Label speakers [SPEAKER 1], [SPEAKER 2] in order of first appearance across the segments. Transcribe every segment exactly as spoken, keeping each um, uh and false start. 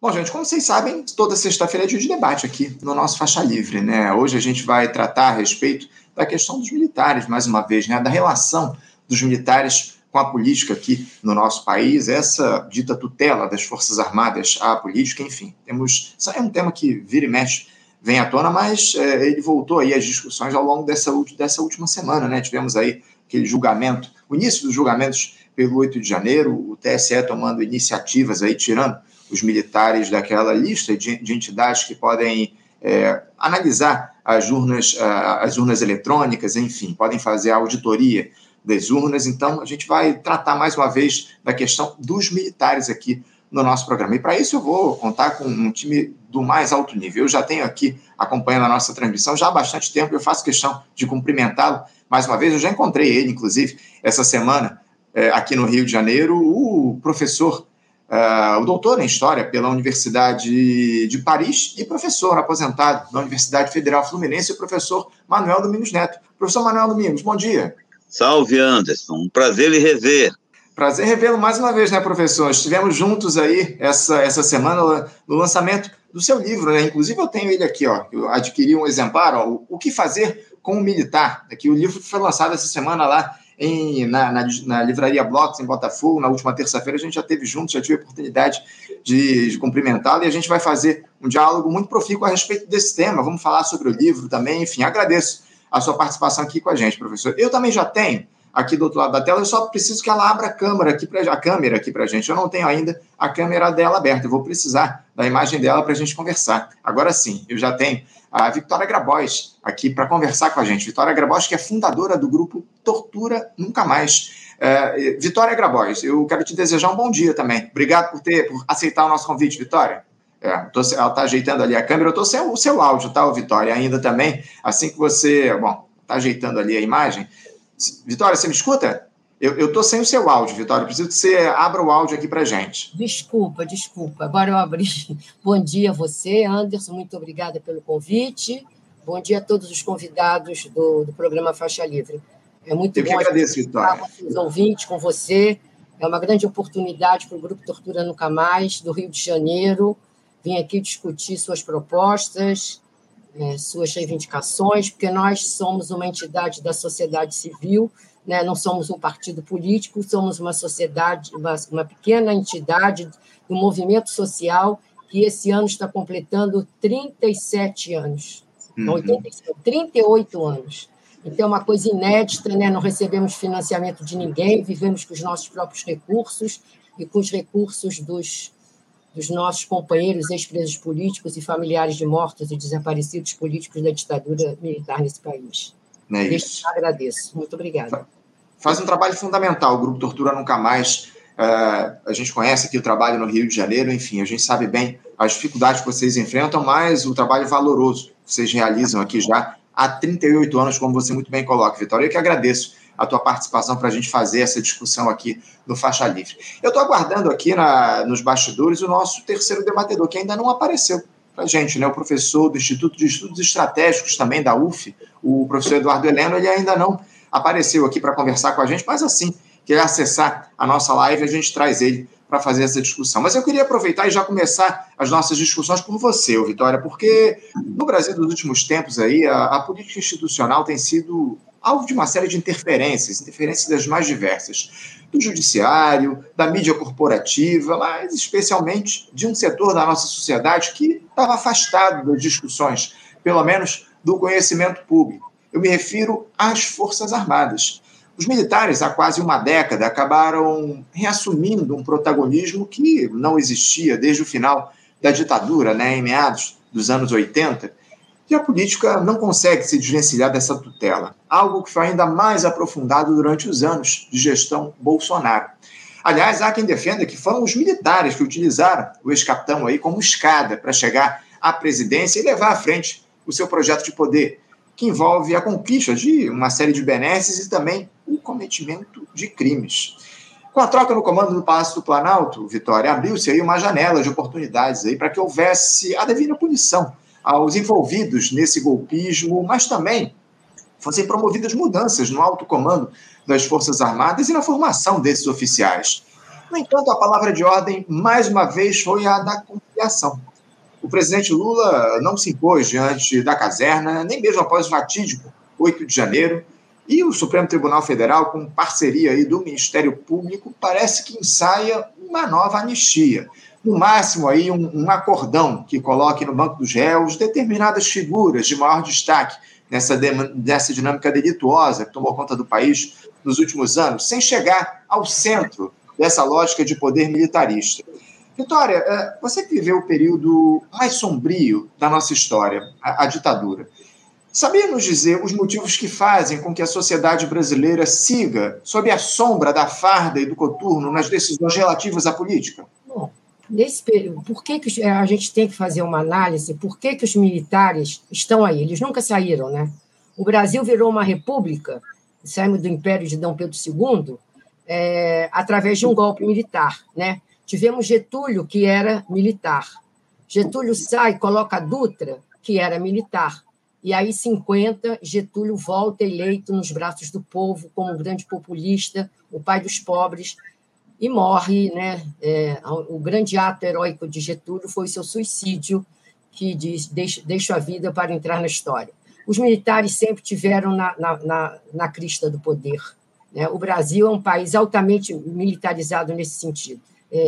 [SPEAKER 1] Bom, gente, como vocês sabem, toda sexta-feira é dia de debate aqui no nosso Faixa Livre, né? Hoje a gente vai tratar a respeito da questão dos militares, mais uma vez, né? Da relação dos militares com a política aqui no nosso país, essa dita tutela das Forças Armadas à política, enfim. Temos, isso é um tema que vira e mexe, vem à tona, mas é, ele voltou aí às discussões ao longo dessa, dessa última semana, né? Tivemos aí aquele julgamento, o início dos julgamentos pelo oito de janeiro, o T S E tomando iniciativas aí, tirando os militares daquela lista de, de entidades que podem é, analisar as urnas, as urnas eletrônicas, enfim, podem fazer a auditoria das urnas. Então, a gente vai tratar mais uma vez da questão dos militares aqui no nosso programa. E para isso eu vou contar com um time do mais alto nível. Eu já tenho aqui acompanhando a nossa transmissão já há bastante tempo, eu faço questão de cumprimentá-lo mais uma vez. Eu já encontrei ele, inclusive, essa semana, é, aqui no Rio de Janeiro, o professor Uh, o doutor em História pela Universidade de Paris e professor aposentado da Universidade Federal Fluminense, o professor Manuel Domingos Neto. Professor Manuel Domingos, bom dia.
[SPEAKER 2] Salve, Anderson. Um prazer lhe rever.
[SPEAKER 1] Prazer revê-lo mais uma vez, né, professor? Estivemos juntos aí essa, essa semana no lançamento do seu livro, né? Inclusive eu tenho ele aqui, ó. Eu adquiri um exemplar, ó, O que Fazer com o Militar. Aqui, o livro foi lançado essa semana lá Em, na, na, na Livraria Blocks, em Botafogo, na última terça-feira. A gente já teve juntos, já tive a oportunidade de, de cumprimentá-lo, e a gente vai fazer um diálogo muito profícuo a respeito desse tema. Vamos falar sobre o livro também, enfim, agradeço a sua participação aqui com a gente, professor. Eu também já tenho, aqui do outro lado da tela, eu só preciso que ela abra a câmera aqui para a câmera aqui para a gente. Eu não tenho ainda a câmera dela aberta, eu vou precisar da imagem dela para a gente conversar. Agora sim, eu já tenho a Vitória Grabois aqui para conversar com a gente. Vitória Grabois, que é fundadora do grupo Tortura Nunca Mais. É, Vitória Grabois, eu quero te desejar um bom dia também. Obrigado por ter por aceitar o nosso convite, Vitória. É, tô, ela está ajeitando ali a câmera. Eu estou sem o seu áudio, tá, Vitória, ainda também. Assim que você, bom, está ajeitando ali a imagem. Vitória, você me escuta? Eu estou sem o seu áudio, Vitória. Preciso que você abra o áudio aqui para a gente.
[SPEAKER 3] Desculpa, desculpa. Agora eu abri. Bom dia a você, Anderson. Muito obrigada pelo convite. Bom dia a todos os convidados do, do programa Faixa Livre. É muito
[SPEAKER 1] eu
[SPEAKER 3] bom
[SPEAKER 1] que agradeço, Vitória.
[SPEAKER 3] Com os ouvintes, com você. É uma grande oportunidade para o Grupo Tortura Nunca Mais, do Rio de Janeiro. Vim aqui discutir suas propostas, é, suas reivindicações, porque nós somos uma entidade da sociedade civil, né? Não somos um partido político, somos uma sociedade, uma, uma pequena entidade do movimento social que esse ano está completando trinta e sete anos, uhum. oitenta e cinco, trinta e oito anos. Então, é uma coisa inédita, né? Não recebemos financiamento de ninguém, vivemos com os nossos próprios recursos e com os recursos dos, dos nossos companheiros ex-presos políticos e familiares de mortos e desaparecidos políticos da ditadura militar nesse país.
[SPEAKER 1] É isso.
[SPEAKER 3] Eu agradeço. Muito obrigada.
[SPEAKER 1] Faz um trabalho fundamental, o Grupo Tortura Nunca Mais. Uh, a gente conhece aqui o trabalho no Rio de Janeiro, enfim, a gente sabe bem as dificuldades que vocês enfrentam, mas o trabalho valoroso que vocês realizam aqui já há trinta e oito anos, como você muito bem coloca, Vitória. Eu que agradeço a tua participação para a gente fazer essa discussão aqui no Faixa Livre. Eu estou aguardando aqui na, nos bastidores o nosso terceiro debatedor, que ainda não apareceu para a gente, né? O professor do Instituto de Estudos Estratégicos também da U F, o professor Eduardo Heleno, ele ainda não apareceu aqui para conversar com a gente, mas assim que ele acessar a nossa live, a gente traz ele para fazer essa discussão. Mas eu queria aproveitar e já começar as nossas discussões por você, Vitória, porque no Brasil dos últimos tempos aí, a, a política institucional tem sido alvo de uma série de interferências, interferências das mais diversas, do judiciário, da mídia corporativa, mas especialmente de um setor da nossa sociedade que estava afastado das discussões, pelo menos do conhecimento público. Eu me refiro às Forças Armadas. Os militares, há quase uma década, acabaram reassumindo um protagonismo que não existia desde o final da ditadura, né, em meados dos anos oitenta, e a política não consegue se desvencilhar dessa tutela, algo que foi ainda mais aprofundado durante os anos de gestão Bolsonaro. Aliás, há quem defenda que foram os militares que utilizaram o ex-capitão aí como escada para chegar à presidência e levar à frente o seu projeto de poder, que envolve a conquista de uma série de benesses e também o cometimento de crimes. Com a troca no comando do Palácio do Planalto, Vitória, abriu-se aí uma janela de oportunidades aí para que houvesse a devida punição aos envolvidos nesse golpismo, mas também fossem promovidas mudanças no alto comando das Forças Armadas e na formação desses oficiais. No entanto, a palavra de ordem, mais uma vez, foi a da conciliação. O presidente Lula não se impôs diante da caserna, nem mesmo após o fatídico oito de janeiro, e o Supremo Tribunal Federal, com parceria aí do Ministério Público, parece que ensaia uma nova anistia. No máximo, aí, um, um acordão que coloque no banco dos réus determinadas figuras de maior destaque nessa, nessa dinâmica delituosa que tomou conta do país nos últimos anos, sem chegar ao centro dessa lógica de poder militarista. Vitória, você que viveu o período mais sombrio da nossa história, a, a ditadura, sabia nos dizer os motivos que fazem com que a sociedade brasileira siga sob a sombra da farda e do coturno nas decisões relativas à política?
[SPEAKER 3] Bom, nesse período, por que, que a gente tem que fazer uma análise? Por que, que os militares estão aí? Eles nunca saíram, né? O Brasil virou uma república, saímos do Império de D. Pedro segundo, é, através de um golpe militar, né? Tivemos Getúlio, que era militar. Getúlio sai, coloca Dutra, que era militar. E aí, em cinquenta, Getúlio volta eleito nos braços do povo como um grande populista, o pai dos pobres, e morre, né? É, o grande ato heróico de Getúlio foi o seu suicídio, que diz, deixa, deixa a vida para entrar na história. Os militares sempre tiveram na, na, na, na crista do poder, né? O Brasil é um país altamente militarizado nesse sentido.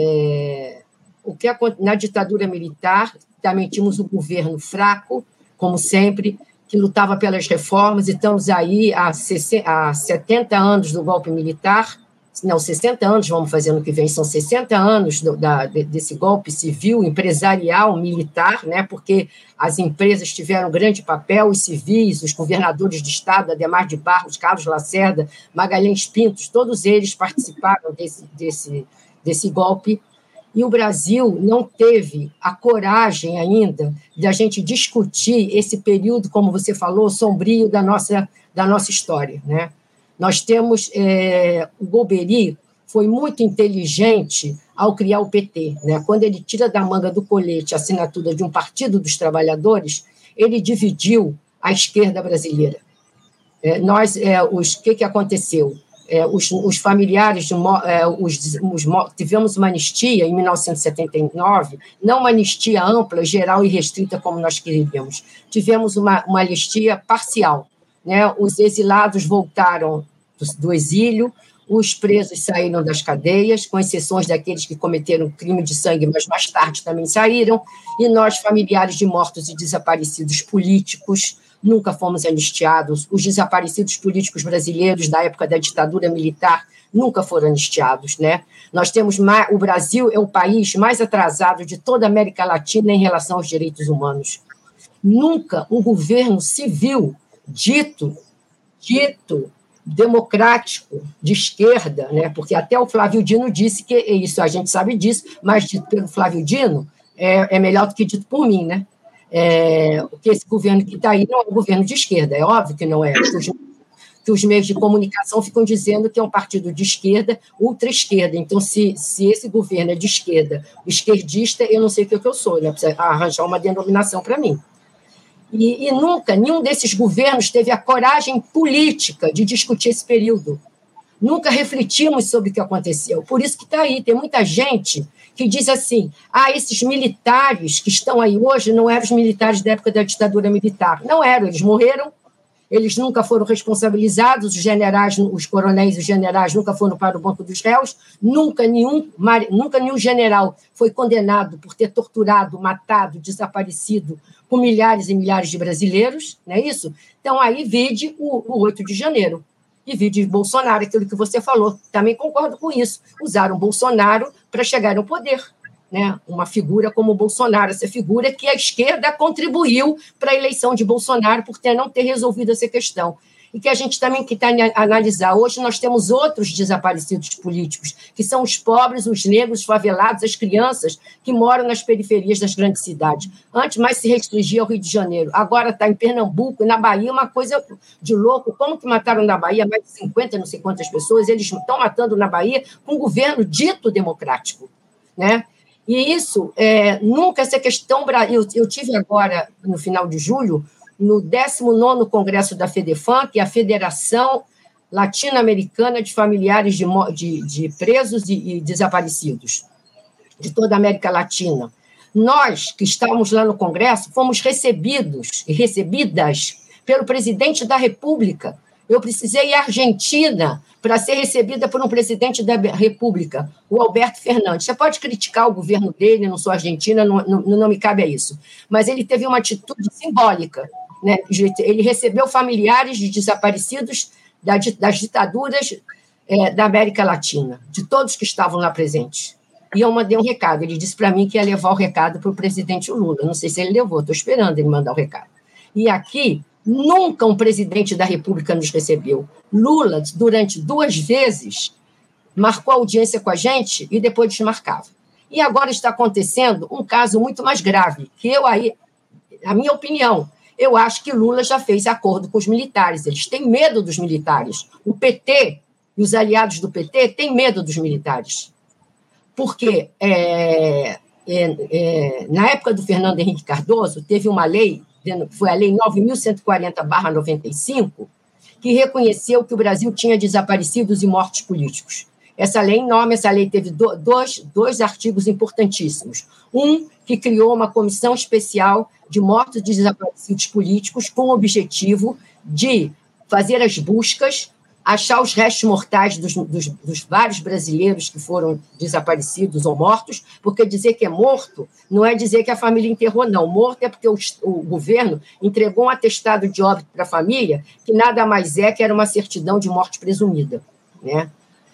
[SPEAKER 3] É, o que na ditadura militar, também tínhamos um governo fraco, como sempre, que lutava pelas reformas, e estamos aí há setenta anos do golpe militar, não, sessenta anos vamos fazer no que vem, são sessenta anos do, da, desse golpe civil, empresarial, militar, né, porque as empresas tiveram grande papel, os civis, os governadores de estado, Adhemar de Barros, Carlos Lacerda, Magalhães Pinto, todos eles participaram desse, desse, desse golpe. E o Brasil não teve a coragem ainda de a gente discutir esse período, como você falou, sombrio da nossa, da nossa história, né? Nós temos... É, o Golbery foi muito inteligente ao criar o P T, né? Quando ele tira da manga do colete a assinatura de um Partido dos Trabalhadores, ele dividiu a esquerda brasileira. É, nós, é, os, o que, que aconteceu? É, os, os familiares, de, é, os, os, tivemos uma anistia em mil novecentos e setenta e nove, não uma anistia ampla, geral e restrita como nós queríamos. Tivemos uma, uma anistia parcial, né? Os exilados voltaram do, do exílio, os presos saíram das cadeias, com exceções daqueles que cometeram crime de sangue, mas mais tarde também saíram, e nós, familiares de mortos e desaparecidos políticos, nunca fomos anistiados. Os desaparecidos políticos brasileiros da época da ditadura militar nunca foram anistiados, né? Nós temos mais, o Brasil é o país mais atrasado de toda a América Latina em relação aos direitos humanos. Nunca um governo civil dito, dito democrático, de esquerda, né? Porque até o Flávio Dino disse que, isso a gente sabe disso, mas dito pelo Flávio Dino é, é melhor do que dito por mim, né? É, que esse governo que está aí não é um governo de esquerda, é óbvio que não é, que os, que os meios de comunicação ficam dizendo que é um partido de esquerda, ultra-esquerda. Então, se, se esse governo é de esquerda, esquerdista, eu não sei o que eu sou, né? Precisa arranjar uma denominação para mim. E, e nunca, nenhum desses governos teve a coragem política de discutir esse período. Nunca refletimos sobre o que aconteceu. Por isso que está aí, tem muita gente que diz assim, ah, esses militares que estão aí hoje não eram os militares da época da ditadura militar. Não eram, eles morreram, eles nunca foram responsabilizados, os generais, os coronéis e os generais nunca foram para o banco dos réus, nunca nenhum, nunca nenhum general foi condenado por ter torturado, matado, desaparecido com milhares e milhares de brasileiros, não é isso? Então, aí vide o, o oito de janeiro. E vide Bolsonaro, aquilo que você falou, também concordo com isso. Usaram Bolsonaro para chegar ao poder, né? Uma figura como o Bolsonaro, essa figura que a esquerda contribuiu para a eleição de Bolsonaro por ter, não ter resolvido essa questão. E que a gente também que está a analisar. Hoje nós temos outros desaparecidos políticos, que são os pobres, os negros, os favelados, as crianças que moram nas periferias das grandes cidades. Antes mais se restringia ao Rio de Janeiro, agora está em Pernambuco e na Bahia, uma coisa de louco. Como que mataram na Bahia mais de cinquenta, não sei quantas pessoas, eles estão matando na Bahia com um governo dito democrático, né? E isso, é, nunca essa questão... Eu, eu tive agora, no final de julho, no décimo nono Congresso da FEDEFAM, que é a Federação latino-americana de familiares de, de, de presos e, e desaparecidos, de toda a América Latina. Nós, que estávamos lá no Congresso, fomos recebidos e recebidas pelo presidente da República. Eu precisei ir à Argentina para ser recebida por um presidente da República, o Alberto Fernandes. Você pode criticar o governo dele, não sou argentina, não, não, não me cabe a isso, mas ele teve uma atitude simbólica, né? Ele recebeu familiares de desaparecidos das ditaduras é, da América Latina, de todos que estavam lá presentes. E eu mandei um recado. Ele disse para mim que ia levar o recado para o presidente Lula. Não sei se ele levou, estou esperando ele mandar o recado. E aqui, nunca um presidente da República nos recebeu. Lula, durante duas vezes, marcou audiência com a gente e depois desmarcava. E agora está acontecendo um caso muito mais grave, que eu aí, a minha opinião, eu acho que Lula já fez acordo com os militares. Eles têm medo dos militares. O P T e os aliados do P T têm medo dos militares. Porque é, é, é, na época do Fernando Henrique Cardoso, teve uma lei, foi a Lei nove mil cento e quarenta barra noventa e cinco, que reconheceu que o Brasil tinha desaparecidos e mortos políticos. Essa lei enorme, essa lei teve dois, dois artigos importantíssimos. Um, que criou uma comissão especial de mortos e desaparecidos políticos com o objetivo de fazer as buscas, achar os restos mortais dos, dos, dos vários brasileiros que foram desaparecidos ou mortos, porque dizer que é morto não é dizer que a família enterrou, não. Morto é porque o, o governo entregou um atestado de óbito para a família, que nada mais é que era uma certidão de morte presumida, né?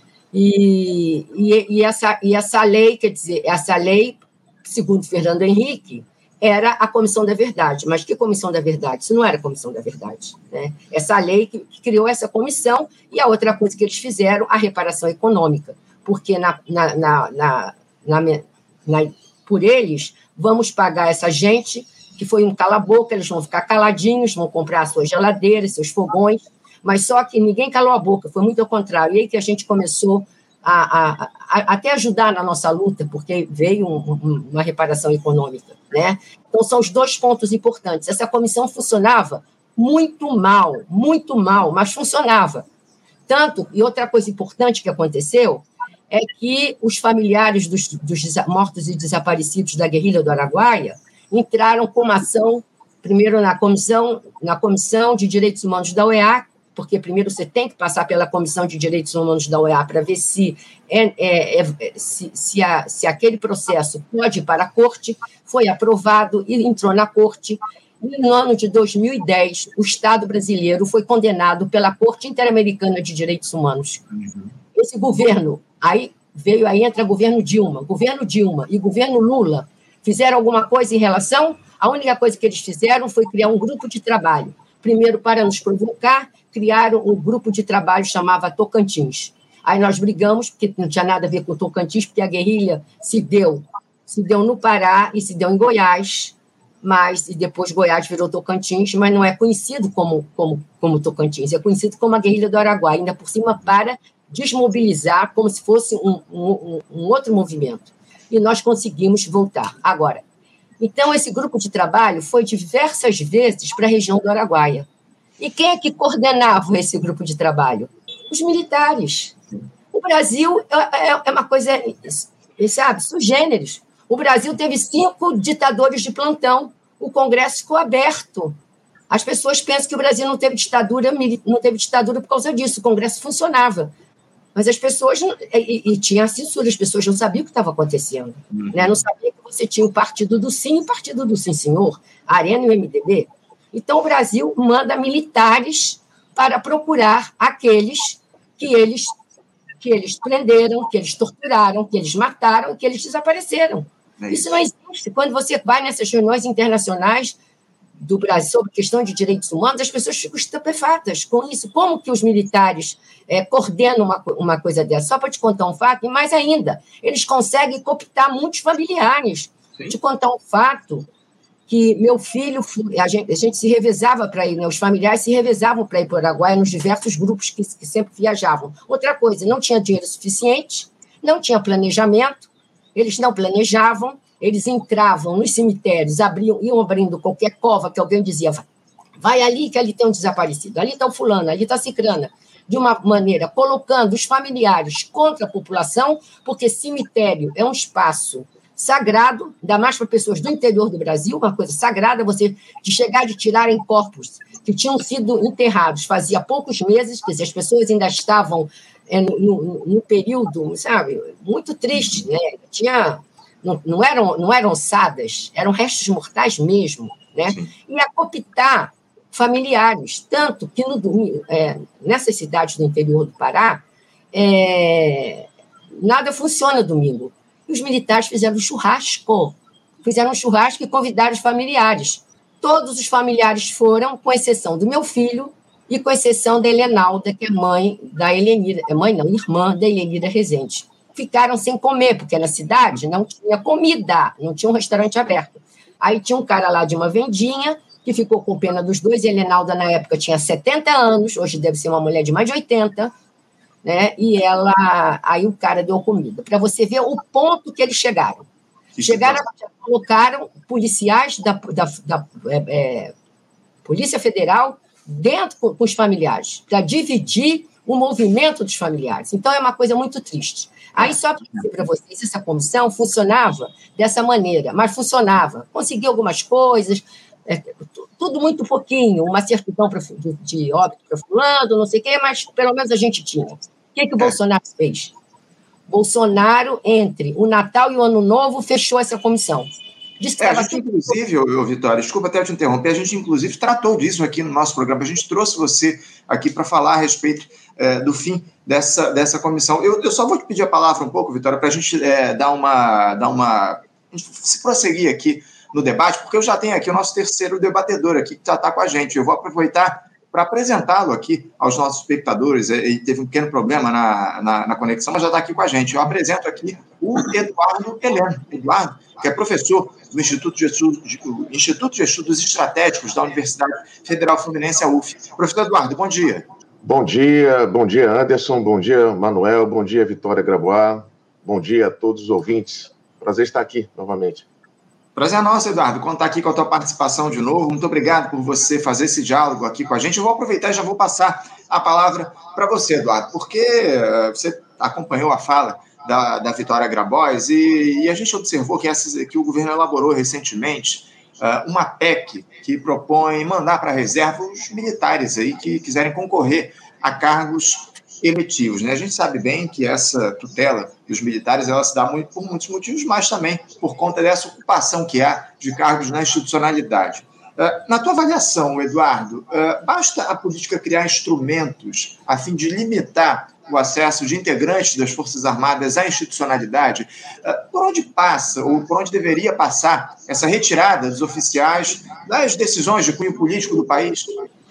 [SPEAKER 3] E, e, e, essa, e essa lei, quer dizer, essa lei, segundo Fernando Henrique, era a Comissão da Verdade. Mas que Comissão da Verdade? Isso não era a Comissão da Verdade, né? Essa lei que, que criou essa comissão, e a outra coisa que eles fizeram, a reparação econômica, porque na, na, na, na, na, na, por eles, vamos pagar essa gente, que foi um cala-boca, eles vão ficar caladinhos, vão comprar suas geladeiras, seus fogões, mas só que ninguém calou a boca, foi muito ao contrário. E aí que a gente começou a, a, a até ajudar na nossa luta, porque veio um, um, uma reparação econômica, né? Então, são os dois pontos importantes. Essa comissão funcionava muito mal, muito mal, mas funcionava. Tanto, e outra coisa importante que aconteceu é que os familiares dos, dos mortos e desaparecidos da guerrilha do Araguaia entraram com uma ação, primeiro na comissão, na Comissão de Direitos Humanos da O E A, porque primeiro você tem que passar pela Comissão de Direitos Humanos da O E A para ver se, é, é, é, se, se, a, se aquele processo pode ir para a corte, foi aprovado e entrou na corte. E no ano de dois mil e dez, o Estado brasileiro foi condenado pela Corte Interamericana de Direitos Humanos. Uhum. Esse governo, aí veio, aí entra governo Dilma, governo Dilma e governo Lula, fizeram alguma coisa em relação? A única coisa que eles fizeram foi criar um grupo de trabalho. Primeiro, para nos provocar, criaram um grupo de trabalho chamava Tocantins. Aí nós brigamos, porque não tinha nada a ver com Tocantins, porque a guerrilha se deu, se deu no Pará e se deu em Goiás, mas e depois Goiás virou Tocantins, mas não é conhecido como, como, como Tocantins, é conhecido como a guerrilha do Araguaia, ainda por cima para desmobilizar como se fosse um, um, um outro movimento. E nós conseguimos voltar. Agora, então, esse grupo de trabalho foi diversas vezes para a região do Araguaia. E quem é que coordenava esse grupo de trabalho? Os militares. O Brasil é, é uma coisa, sabe, sui generis. O Brasil teve cinco ditadores de plantão. O Congresso ficou aberto. As pessoas pensam que o Brasil não teve ditadura, não teve ditadura por causa disso. O Congresso funcionava. Mas as pessoas... E, e tinha a censura, as pessoas não sabiam o que estava acontecendo. Uhum. Né? Não sabiam que você tinha o Partido do Sim e o Partido do Sim, senhor, a Arena e o M D B. Então, o Brasil manda militares para procurar aqueles que eles, que eles prenderam, que eles torturaram, que eles mataram, que eles desapareceram. É isso. Isso não existe. Quando você vai nessas reuniões internacionais do Brasil sobre questão de direitos humanos, as pessoas ficam estupefatas com isso. Como que os militares é, coordenam uma, uma coisa dessa? Só para te contar um fato, e mais ainda, eles conseguem cooptar muitos familiares. Sim. Te contar um fato, que meu filho, a gente, a gente se revezava para ir, né? Os familiares se revezavam para ir para o Araguaia nos diversos grupos que, que sempre viajavam. Outra coisa, não tinha dinheiro suficiente, não tinha planejamento, eles não planejavam, eles entravam nos cemitérios, abriam, iam abrindo qualquer cova que alguém dizia, vai ali que ali tem um desaparecido, ali está o fulano, ali está a cicrana. de uma maneira colocando os familiares contra a população, porque cemitério é um espaço sagrado, ainda mais para pessoas do interior do Brasil, uma coisa sagrada, você de chegar de tirarem corpos que tinham sido enterrados fazia poucos meses, quer dizer, as pessoas ainda estavam é, no, no, no período, sabe, muito triste, né? Tinha, não, não, eram, não eram ossadas, eram restos mortais mesmo, né? E a cooptar familiares, tanto que no domingo, é, nessas cidades do interior do Pará, é, nada funciona domingo. E os militares fizeram churrasco, fizeram um churrasco e convidaram os familiares. Todos os familiares foram, com exceção do meu filho e com exceção da Helenalda, que é mãe da Helenira, é mãe não, irmã da Helenira Rezende. Ficaram sem comer, porque na cidade não tinha comida, não tinha um restaurante aberto. Aí tinha um cara lá de uma vendinha, que ficou com pena dos dois, e a Helenalda, na época, tinha setenta anos, hoje deve ser uma mulher de mais de oitenta, né? E ela, aí o cara deu comida, para você ver o ponto que eles chegaram. Que chegaram, que colocaram policiais da, da, da é, é, Polícia Federal dentro com, com os familiares, para dividir o movimento dos familiares. Então, é uma coisa muito triste. Aí, só para dizer para vocês, essa comissão funcionava dessa maneira, mas funcionava. Conseguiu algumas coisas, é, tudo muito pouquinho, uma certidão pra, de, de óbito para fulano, não sei o quê, mas pelo menos a gente tinha. O que, que o Bolsonaro fez? Bolsonaro, entre o Natal e o Ano Novo, fechou essa comissão.
[SPEAKER 1] Disse que é, a gente, inclusive, ô, Vitória, desculpa até te interromper, a gente, inclusive, tratou disso aqui no nosso programa, a gente trouxe você aqui para falar a respeito é, do fim dessa, dessa comissão. Eu, eu só vou te pedir a palavra um pouco, Vitória, para a gente é, dar uma, dar uma... se prosseguir aqui no debate, porque eu já tenho aqui o nosso terceiro debatedor aqui, que já está com a gente. Eu vou aproveitar para apresentá-lo aqui aos nossos espectadores. Ele teve um pequeno problema na, na, na conexão, mas já está aqui com a gente. Eu apresento aqui o Eduardo Heleno. Eduardo, que é professor do Instituto de, Estudos, do Instituto de Estudos Estratégicos da Universidade Federal Fluminense, a U F. Professor Eduardo, bom dia.
[SPEAKER 4] Bom dia, bom dia, Anderson, bom dia, Manuel, bom dia, Vitória Grabois, bom dia a todos os ouvintes. Prazer estar aqui novamente.
[SPEAKER 1] Prazer é nosso, Eduardo, contar aqui com a tua participação de novo. Muito obrigado por você fazer esse diálogo aqui com a gente. Eu vou aproveitar e já vou passar a palavra para você, Eduardo, porque você acompanhou a fala da, da Vitória Grabois e, e a gente observou que, essa, que o governo elaborou recentemente uh, uma P E C que propõe mandar para a reserva os militares aí que quiserem concorrer a cargos eletivos, né? A gente sabe bem que essa tutela dos militares ela se dá muito, por muitos motivos, mas também por conta dessa ocupação que há de cargos na institucionalidade. Uh, na tua avaliação, Eduardo, uh, basta a política criar instrumentos a fim de limitar o acesso de integrantes das Forças Armadas à institucionalidade? Uh, por onde passa, ou por onde deveria passar essa retirada dos oficiais das decisões de cunho político do país?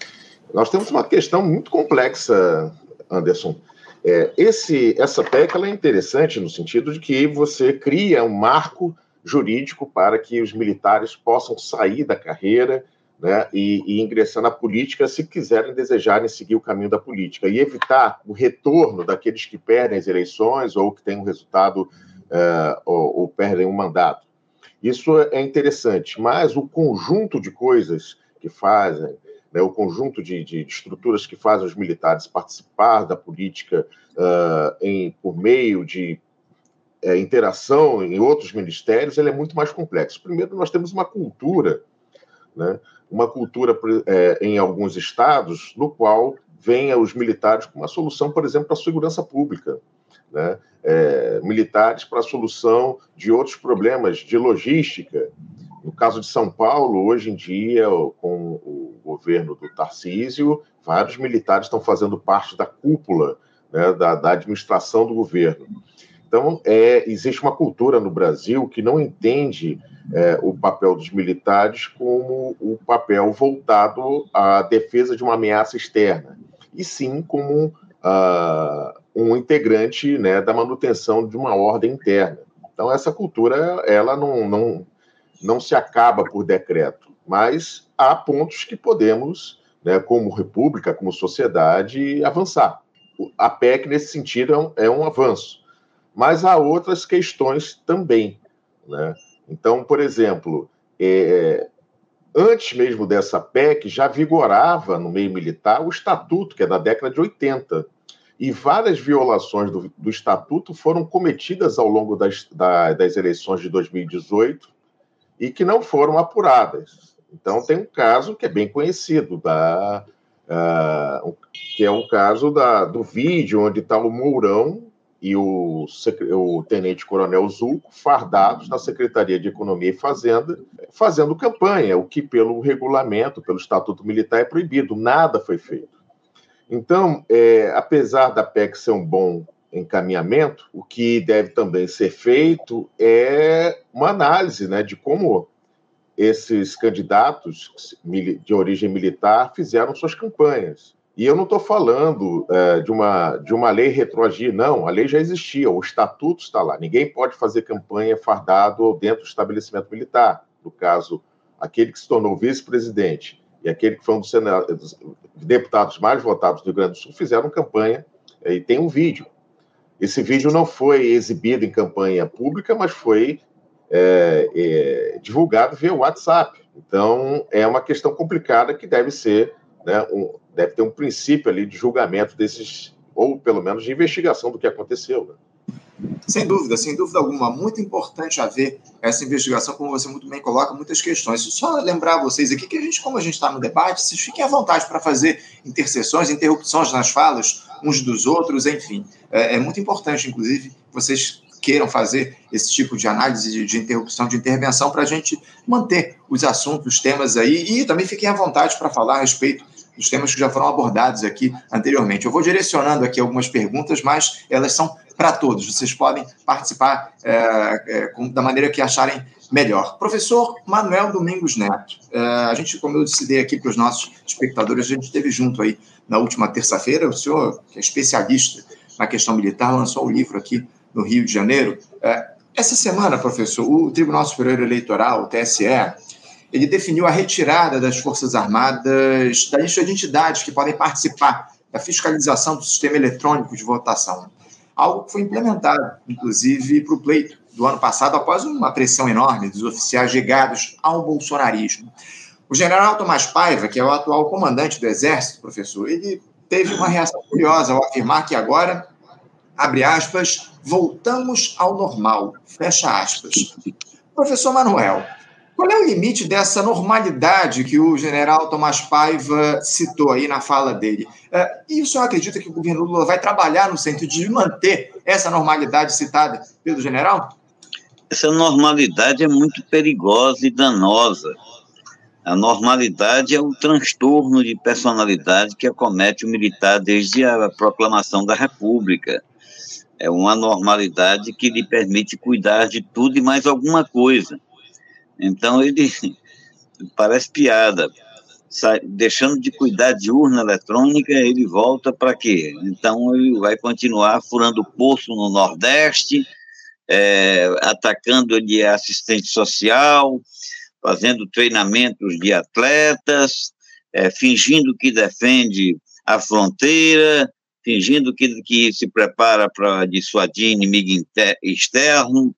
[SPEAKER 4] Nós temos uma questão muito complexa, Anderson. É, esse, essa P E C ela é interessante no sentido de que você cria um marco jurídico para que os militares possam sair da carreira, né, e, e ingressar na política se quiserem, desejarem seguir o caminho da política e evitar o retorno daqueles que perdem as eleições ou que têm um resultado uh, ou, ou perdem um mandato. Isso é interessante, mas o conjunto de coisas que fazem, né, o conjunto de, de, de estruturas que fazem os militares participar da política uh, em, por meio de é, interação em outros ministérios, ele é muito mais complexo. Primeiro, nós temos uma cultura, né, uma cultura é, em alguns estados, no qual venha os militares com uma solução, por exemplo, para a segurança pública, né, é, militares para a solução de outros problemas de logística. No caso de São Paulo, hoje em dia, com o governo do Tarcísio, vários militares estão fazendo parte da cúpula, né, da, da administração do governo. Então, é, existe uma cultura no Brasil que não entende é, o papel dos militares como o papel voltado à defesa de uma ameaça externa, e sim como uh, um integrante, né, da manutenção de uma ordem interna. Então, essa cultura ela não, não, não se acaba por decreto, mas há pontos que podemos, né, como república, como sociedade, avançar. A P E C, nesse sentido, é um, é um avanço. Mas há outras questões também, né? Então, por exemplo, é, antes mesmo dessa P E C, já vigorava no meio militar o Estatuto, que é da década de oitenta. E várias violações do, do Estatuto foram cometidas ao longo das, da, das eleições de dois mil e dezoito e que não foram apuradas. Então, tem um caso que é bem conhecido, da, uh, que é um caso da, do vídeo onde está o Mourão e o, o tenente-coronel Zulco fardados na Secretaria de Economia e Fazenda, fazendo campanha, o que pelo regulamento, pelo Estatuto Militar é proibido. Nada foi feito. Então, é, apesar da P E C ser um bom encaminhamento, o que deve também ser feito é uma análise, né, de como esses candidatos de origem militar fizeram suas campanhas. E eu não estou falando é, de, uma, de uma lei retroagiva, não, a lei já existia, o estatuto está lá, ninguém pode fazer campanha fardado ou dentro do estabelecimento militar. No caso, aquele que se tornou vice-presidente e aquele que foi um dos deputados mais votados do Rio Grande do Sul fizeram campanha, e tem um vídeo. Esse vídeo não foi exibido em campanha pública, mas foi é, é, divulgado via WhatsApp. Então, é uma questão complicada que deve ser, né, um, deve ter um princípio ali de julgamento desses, ou pelo menos de investigação do que aconteceu, né?
[SPEAKER 1] Sem dúvida, sem dúvida alguma. Muito importante haver essa investigação, como você muito bem coloca, muitas questões. Só lembrar vocês aqui que a gente, como a gente está no debate, vocês fiquem à vontade para fazer interseções, interrupções nas falas uns dos outros, enfim. É, é muito importante, inclusive, vocês queiram fazer esse tipo de análise, de, de interrupção, de intervenção, para a gente manter os assuntos, os temas aí, e também fiquem à vontade para falar a respeito dos temas que já foram abordados aqui anteriormente. Eu vou direcionando aqui algumas perguntas, mas elas são para todos. Vocês podem participar é, é, com, da maneira que acharem melhor. Professor Manuel Domingos Neto, é, a gente, como eu citei aqui para os nossos espectadores, a gente esteve junto aí na última terça-feira. O senhor, que é especialista na questão militar, lançou o livro aqui no Rio de Janeiro. É, essa semana, professor, o Tribunal Superior Eleitoral, o T S E, ele definiu a retirada das Forças Armadas da lista de entidades que podem participar da fiscalização do sistema eletrônico de votação. Algo que foi implementado, inclusive, para o pleito do ano passado, após uma pressão enorme dos oficiais ligados ao bolsonarismo. O general Tomás Paiva, que é o atual comandante do Exército, professor, ele teve uma reação curiosa ao afirmar que agora, abre aspas, voltamos ao normal, fecha aspas. Professor Manuel, qual é o limite dessa normalidade que o general Tomás Paiva citou aí na fala dele? E o senhor acredita que o governo Lula vai trabalhar no sentido de manter essa normalidade citada pelo general?
[SPEAKER 2] Essa normalidade é muito perigosa e danosa. A normalidade é o transtorno de personalidade que acomete o militar desde a proclamação da República. É uma normalidade que lhe permite cuidar de tudo e mais alguma coisa. Então, ele parece piada. Sai, deixando de cuidar de urna eletrônica, ele volta para quê? Então, ele vai continuar furando poço no Nordeste, é, atacando de assistente social, fazendo treinamentos de atletas, é, fingindo que defende a fronteira, fingindo que, que se prepara para dissuadir inimigo inter, externo.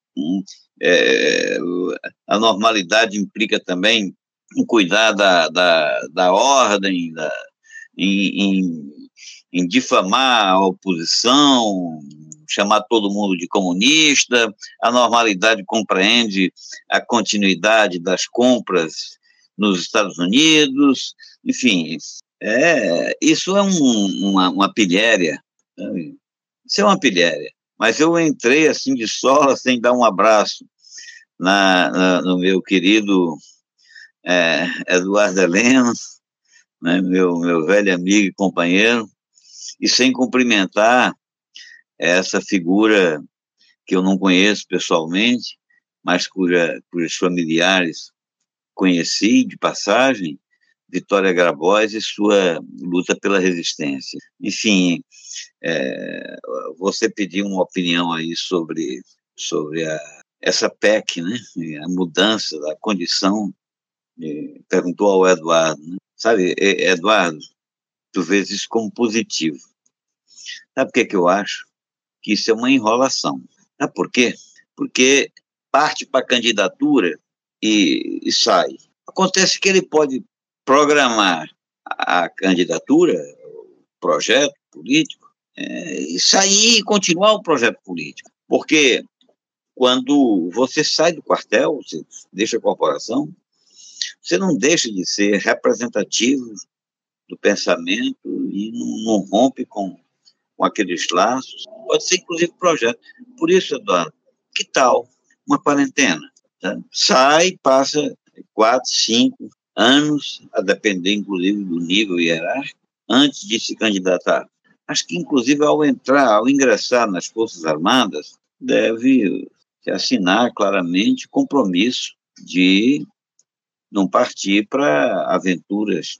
[SPEAKER 2] É, a normalidade implica também em cuidar da, da, da ordem, da, em, em, em difamar a oposição, chamar todo mundo de comunista. A normalidade compreende a continuidade das compras nos Estados Unidos, enfim, é, isso é um, uma, uma pilhéria, isso é uma pilhéria. Mas eu entrei assim de sola, sem dar um abraço na, na, no meu querido é, Eduardo Heleno, né, meu, meu velho amigo e companheiro, e sem cumprimentar essa figura que eu não conheço pessoalmente, mas cuja, cujos familiares conheci de passagem, Vitória Grabois e sua luta pela resistência. Enfim, é, você pediu uma opinião aí sobre, sobre a, essa P E C, né? A mudança da condição, e perguntou ao Eduardo, né? Sabe, Eduardo, tu vês isso como positivo. Sabe por que, que eu acho? Que isso é uma enrolação. Sabe por quê? Porque parte para a candidatura e, e sai. Acontece que ele pode programar a candidatura, o projeto político, é, e sair e continuar o projeto político. Porque quando você sai do quartel, você deixa a corporação, você não deixa de ser representativo do pensamento e não, não rompe com, com aqueles laços. Pode ser, inclusive, projeto. Por isso, Eduardo, que tal uma quarentena? Tá? Sai, passa quatro, cinco anos, a depender, inclusive, do nível hierárquico, antes de se candidatar. Acho que, inclusive, ao entrar, ao ingressar nas Forças Armadas, deve se assinar claramente compromisso de não partir para aventuras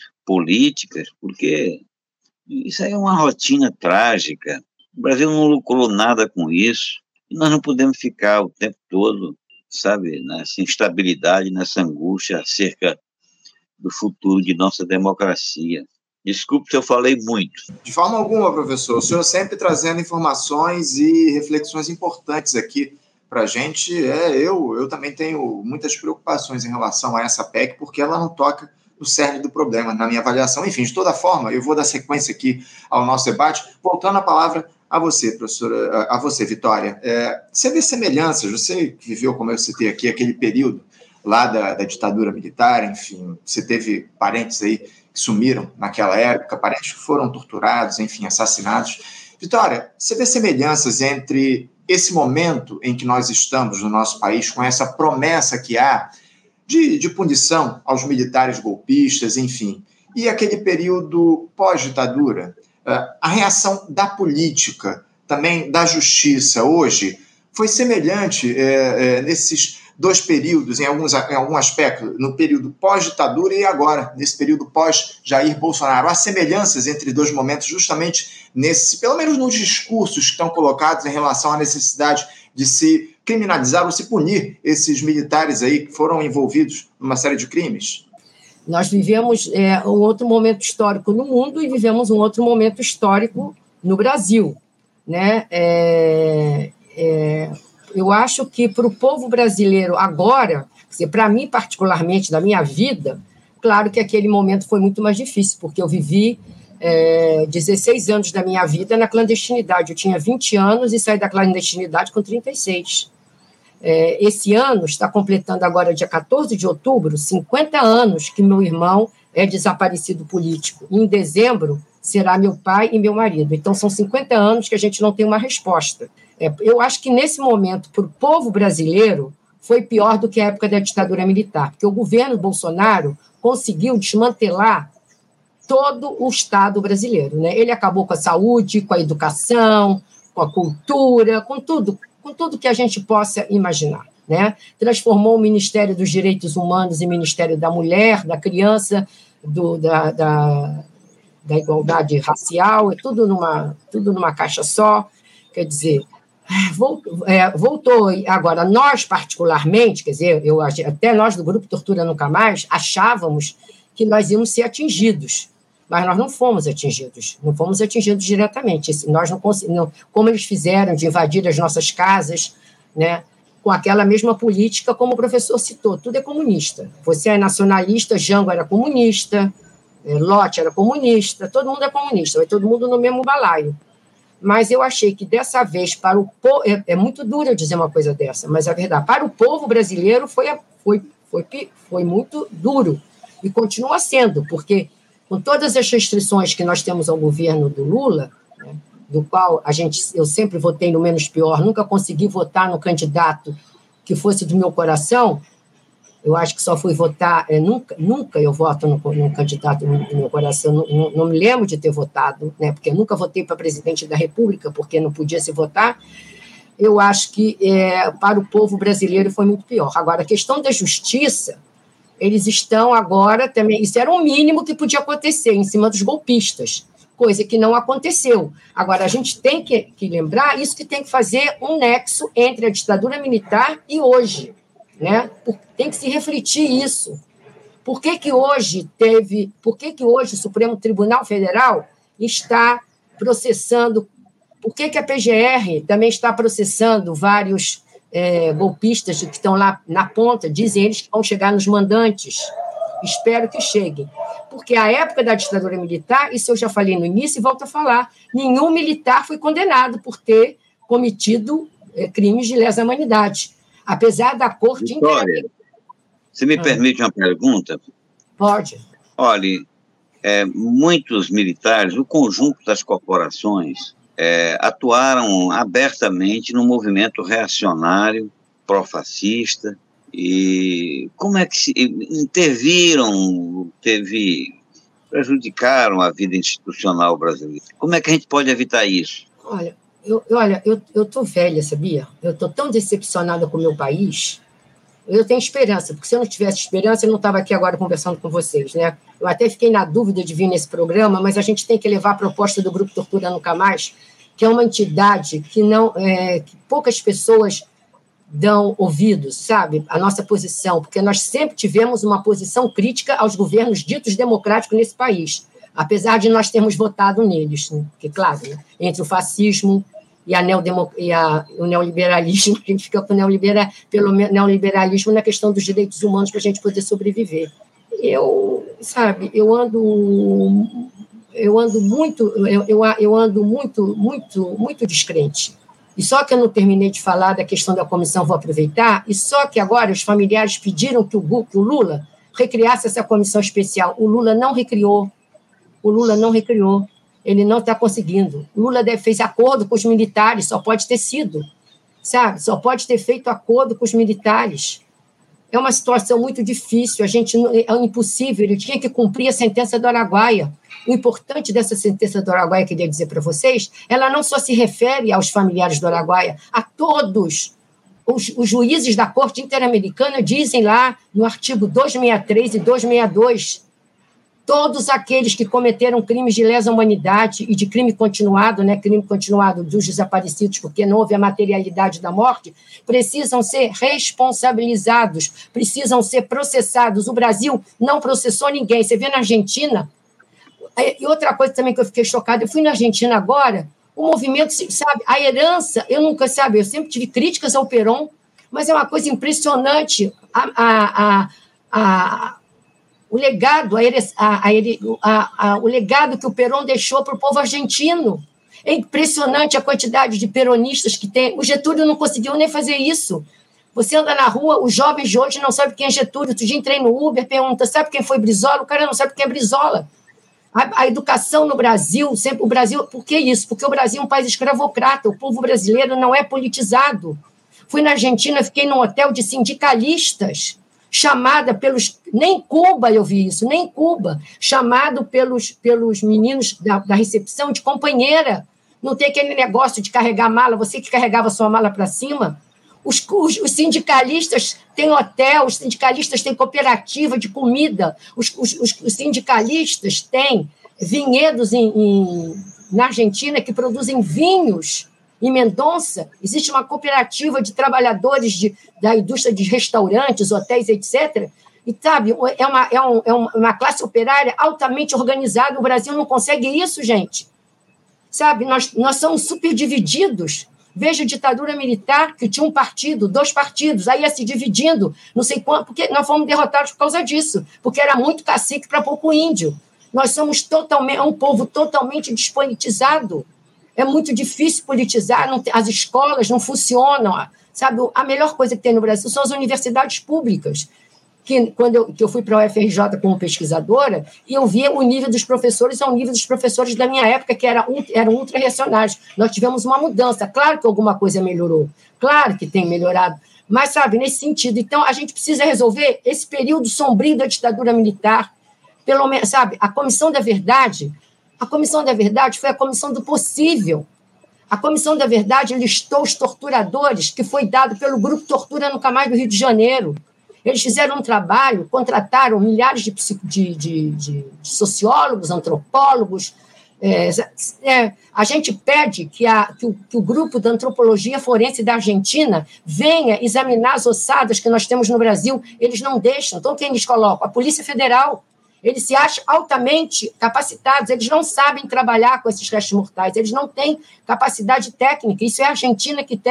[SPEAKER 2] políticas, porque isso aí é uma rotina trágica. O Brasil não lucrou nada com isso, e nós não podemos ficar o tempo todo, sabe, nessa instabilidade, nessa angústia acerca do futuro de nossa democracia. Desculpe se eu falei muito.
[SPEAKER 1] De forma alguma, professor. O senhor sempre trazendo informações e reflexões importantes aqui para a gente. É, eu, eu também tenho muitas preocupações em relação a essa P E C, porque ela não toca no cerne do problema, na minha avaliação. Enfim, de toda forma, eu vou dar sequência aqui ao nosso debate, voltando a palavra a você, professora, a você, Vitória. É, você vê semelhanças, você que viveu, como eu citei aqui, aquele período lá da, da ditadura militar, enfim, você teve parentes aí que sumiram naquela época, parentes que foram torturados, enfim, assassinados. Vitória, você vê semelhanças entre esse momento em que nós estamos no nosso país, com essa promessa que há de, de punição aos militares golpistas, enfim, e aquele período pós-ditadura? A reação da política, também da justiça, hoje, foi semelhante é, é, nesses dois períodos, em, alguns, em algum aspecto, no período pós-ditadura e agora, nesse período pós-Jair Bolsonaro. Há semelhanças entre dois momentos, justamente nesse, pelo menos nos discursos que estão colocados em relação à necessidade de se criminalizar ou se punir esses militares aí que foram envolvidos numa série de crimes.
[SPEAKER 3] Nós vivemos é, um outro momento histórico no mundo e vivemos um outro momento histórico no Brasil, né? É, é, eu acho que para o povo brasileiro agora, para mim particularmente, da minha vida, claro que aquele momento foi muito mais difícil, porque eu vivi é, dezesseis anos da minha vida na clandestinidade. Eu tinha vinte anos e saí da clandestinidade com trinta e seis. É, esse ano está completando agora, dia quatorze de outubro, cinquenta anos que meu irmão é desaparecido político. Em dezembro será meu pai e meu marido. Então, são cinquenta anos que a gente não tem uma resposta. É, eu acho que, nesse momento, para o povo brasileiro, foi pior do que a época da ditadura militar, porque o governo Bolsonaro conseguiu desmantelar todo o Estado brasileiro, né? Ele acabou com a saúde, com a educação, com a cultura, com tudo, com tudo que a gente possa imaginar, né? Transformou o Ministério dos Direitos Humanos em Ministério da Mulher, da Criança, do, da, da, da Igualdade Racial, é tudo numa, tudo numa caixa só. Quer dizer, voltou, é, voltou agora, nós particularmente, quer dizer, eu, até nós do Grupo Tortura Nunca Mais, achávamos que nós íamos ser atingidos, mas nós não fomos atingidos, não fomos atingidos diretamente. Nós não conseguimos, como eles fizeram de invadir as nossas casas, né, com aquela mesma política, como o professor citou, tudo é comunista. Você é nacionalista, Jango era comunista, Lott era comunista, todo mundo é comunista, vai todo mundo no mesmo balaio. Mas eu achei que dessa vez, para o povo, é, é muito duro eu dizer uma coisa dessa, mas é verdade, para o povo brasileiro foi, foi, foi, foi muito duro, e continua sendo, porque com todas as restrições que nós temos ao governo do Lula, né, do qual a gente, eu sempre votei no menos pior, nunca consegui votar no candidato que fosse do meu coração, eu acho que só fui votar, é, nunca, nunca eu voto no, no candidato do meu coração, não, não, não me lembro de ter votado, né, porque eu nunca votei para presidente da República, porque não podia se votar. Eu acho que é, para o povo brasileiro foi muito pior. Agora, a questão da justiça, eles estão agora também, isso era o mínimo que podia acontecer em cima dos golpistas, coisa que não aconteceu. Agora, a gente tem que, que lembrar isso, que tem que fazer um nexo entre a ditadura militar e hoje, né? Tem que se refletir isso. Por que que hoje teve, por que que hoje o Supremo Tribunal Federal está processando, por que que a P G R também está processando vários é, golpistas que estão lá na ponta, dizem eles que vão chegar nos mandantes. Espero que cheguem. Porque a época da ditadura militar, isso eu já falei no início e volto a falar, nenhum militar foi condenado por ter cometido é, crimes de lesa humanidade. Apesar da corte...
[SPEAKER 2] Vitória, você me ah. permite uma pergunta?
[SPEAKER 3] Pode.
[SPEAKER 2] Olha, é, muitos militares, o conjunto das corporações, é, atuaram abertamente no movimento reacionário, pró-fascista, e como é que se interviram, teve, prejudicaram a vida institucional brasileira? Como é que a gente pode evitar isso?
[SPEAKER 3] Olha, eu, olha, eu eu tô velha, sabia? Eu tô tão decepcionada com o meu país. Eu tenho esperança, porque se eu não tivesse esperança, eu não estava aqui agora conversando com vocês, né? Eu até fiquei na dúvida de vir nesse programa, mas a gente tem que levar a proposta do Grupo Tortura Nunca Mais, que é uma entidade que não, é, que poucas pessoas dão ouvidos, sabe? A nossa posição, porque nós sempre tivemos uma posição crítica aos governos ditos democráticos nesse país, apesar de nós termos votado neles, né? Porque, claro, né? Entre o fascismo e, a neodemo, e a, o neoliberalismo, a gente fica com o neolibera, pelo neoliberalismo na questão dos direitos humanos para a gente poder sobreviver. Eu, sabe, eu ando, eu ando muito, eu, eu, eu ando muito, muito, muito descrente. E só que eu não terminei de falar da questão da comissão, vou aproveitar, e só que agora os familiares pediram que o, que o Lula recriasse essa comissão especial. O Lula não recriou, o Lula não recriou, ele não está conseguindo. O Lula deve, fez acordo com os militares, só pode ter sido, sabe? Só pode ter feito acordo com os militares. É uma situação muito difícil, a gente, é impossível, ele tinha que cumprir a sentença do Araguaia. O importante dessa sentença do Araguaia, que eu queria dizer para vocês, ela não só se refere aos familiares do Araguaia, a todos. Os, os juízes da Corte Interamericana dizem lá, no artigo duzentos e sessenta e três e duzentos e sessenta e dois, todos aqueles que cometeram crimes de lesa humanidade e de crime continuado, né, crime continuado dos desaparecidos, porque não houve a materialidade da morte, precisam ser responsabilizados, precisam ser processados. O Brasil não processou ninguém. Você vê na Argentina. E outra coisa também que eu fiquei chocada, eu fui na Argentina agora, o movimento, sabe, a herança, eu nunca, sabe, eu sempre tive críticas ao Perón, mas é uma coisa impressionante, a, a, a, a, o legado, a, a, a, a, o legado que o Perón deixou para o povo argentino. É impressionante a quantidade de peronistas que tem. O Getúlio não conseguiu nem fazer isso. Você anda na rua, os jovens de hoje não sabem quem é Getúlio. Outro dia entrei no Uber, pergunta, sabe quem foi Brizola? O cara não sabe quem é Brizola. A, a educação no Brasil, sempre o Brasil, por que isso? Porque o Brasil é um país escravocrata, o povo brasileiro não é politizado. Fui na Argentina, fiquei num hotel de sindicalistas, chamada pelos... Nem em Cuba eu vi isso, nem em Cuba. Chamado pelos, pelos meninos da, da recepção de companheira. Não tem aquele negócio de carregar mala, você que carregava sua mala para cima. Os, os, os sindicalistas têm hotel, os sindicalistas têm cooperativa de comida, os, os, os sindicalistas têm vinhedos em, em, na Argentina que produzem vinhos. Em Mendonça, existe uma cooperativa de trabalhadores de, da indústria de restaurantes, hotéis, etcétera. E, sabe, é uma, é, um, é uma classe operária altamente organizada. O Brasil não consegue isso, gente. Sabe, nós, nós somos super divididos. Veja a ditadura militar, que tinha um partido, dois partidos, aí ia se dividindo, não sei quanto, porque nós fomos derrotados por causa disso, porque era muito cacique para pouco índio. Nós somos totalmente, é um povo totalmente despolitizado. É muito difícil politizar, não, as escolas não funcionam. Sabe, a melhor coisa que tem no Brasil são as universidades públicas. Que, quando eu, que eu fui para a U F R J como pesquisadora, e eu via o nível dos professores ao nível dos professores da minha época, que era, eram ultra-reacionários. Nós tivemos uma mudança. Claro que alguma coisa melhorou, claro que tem melhorado, mas, sabe, nesse sentido. Então, a gente precisa resolver esse período sombrio da ditadura militar, pelo menos, sabe, a Comissão da Verdade, a Comissão da Verdade foi a comissão do possível. A Comissão da Verdade listou os torturadores que foi dado pelo Grupo Tortura Nunca Mais do Rio de Janeiro. Eles fizeram um trabalho, contrataram milhares de, de, de, de sociólogos, antropólogos. É, é, a gente pede que, a, que, o, que o grupo da antropologia forense da Argentina venha examinar as ossadas que nós temos no Brasil. Eles não deixam. Então, quem eles colocam? A Polícia Federal. Eles se acham altamente capacitados, eles não sabem trabalhar com esses restos mortais, eles não têm capacidade técnica. Isso é a Argentina que tem.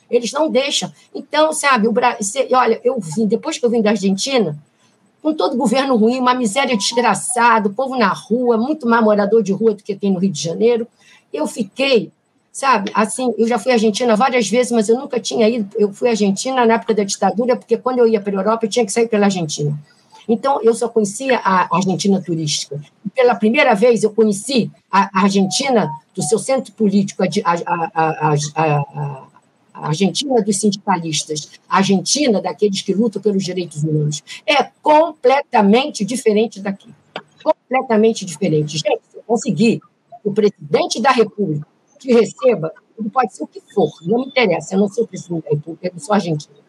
[SPEAKER 3] Eles não deixam. Então, sabe, o Brasil, olha, eu vim, depois que eu vim da Argentina, com todo governo ruim, uma miséria desgraçada, o povo na rua, muito mais morador de rua do que tem no Rio de Janeiro, eu fiquei, sabe, assim, eu já fui à Argentina várias vezes, mas eu nunca tinha ido, eu fui à Argentina na época da ditadura, porque quando eu ia para a Europa, eu tinha que sair pela Argentina. Então, eu só conhecia a Argentina turística. E pela primeira vez, eu conheci a Argentina do seu centro político, a, a, a, a, a Argentina dos sindicalistas, a Argentina daqueles que lutam pelos direitos humanos. É completamente diferente daqui. Completamente diferente. Gente, se eu conseguir o presidente da República que receba, ele pode ser o que for, não me interessa, eu não sou o presidente da República, eu sou argentino.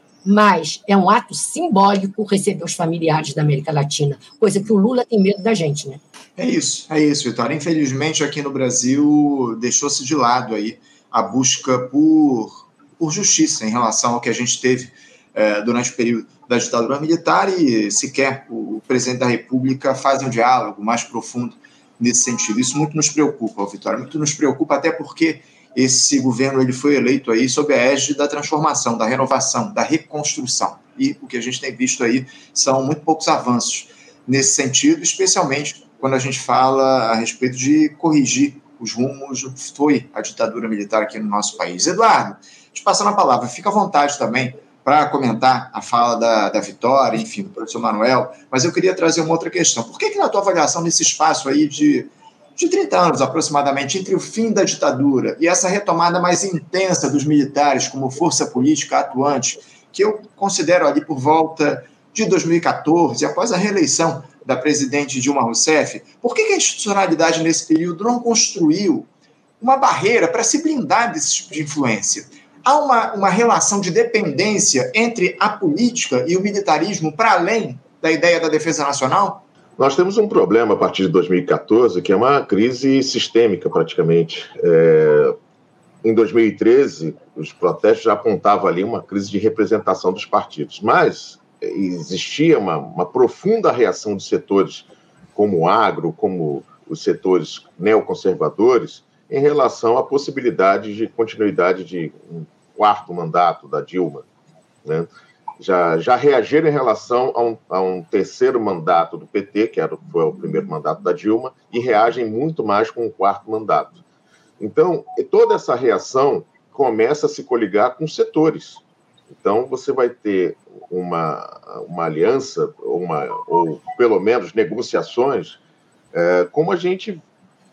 [SPEAKER 3] Mas é um ato simbólico receber os familiares da América Latina, coisa que o Lula tem medo da gente, né?
[SPEAKER 1] É isso, é isso, Vitória. Infelizmente, aqui no Brasil, deixou-se de lado aí a busca por, por justiça em relação ao que a gente teve é, durante o período da ditadura militar e sequer o presidente da República faz um diálogo mais profundo nesse sentido. Isso muito nos preocupa, Vitória, muito nos preocupa, até porque esse governo ele foi eleito aí sob a égide da transformação, da renovação, da reconstrução. E o que a gente tem visto aí são muito poucos avanços nesse sentido, especialmente quando a gente fala a respeito de corrigir os rumos do que foi a ditadura militar aqui no nosso país. Eduardo, te passando a palavra, fica à vontade também para comentar a fala da, da Vitória, enfim, do professor Manuel, mas eu queria trazer uma outra questão. Por que que na tua avaliação nesse espaço aí de de trinta anos aproximadamente, entre o fim da ditadura e essa retomada mais intensa dos militares como força política atuante, que eu considero ali por volta de dois mil e catorze, após a reeleição da presidente Dilma Rousseff, por que que a institucionalidade nesse período não construiu uma barreira para se blindar desse tipo de influência? Há uma, uma relação de dependência entre a política e o militarismo para além da ideia da defesa nacional?
[SPEAKER 4] Nós temos um problema a partir de dois mil e catorze, que é uma crise sistêmica, praticamente. É, em dois mil e treze, os protestos já apontavam ali uma crise de representação dos partidos, mas existia uma, uma profunda reação de setores como o agro, como os setores neoconservadores, em relação à possibilidade de continuidade de um quarto mandato da Dilma, né? Já, já reagiram em relação a um, a um terceiro mandato do P T, que era, foi o primeiro mandato da Dilma, e reagem muito mais com o quarto mandato. Então, toda essa reação começa a se coligar com setores. Então, você vai ter uma, uma aliança, uma, ou pelo menos negociações, é, como a gente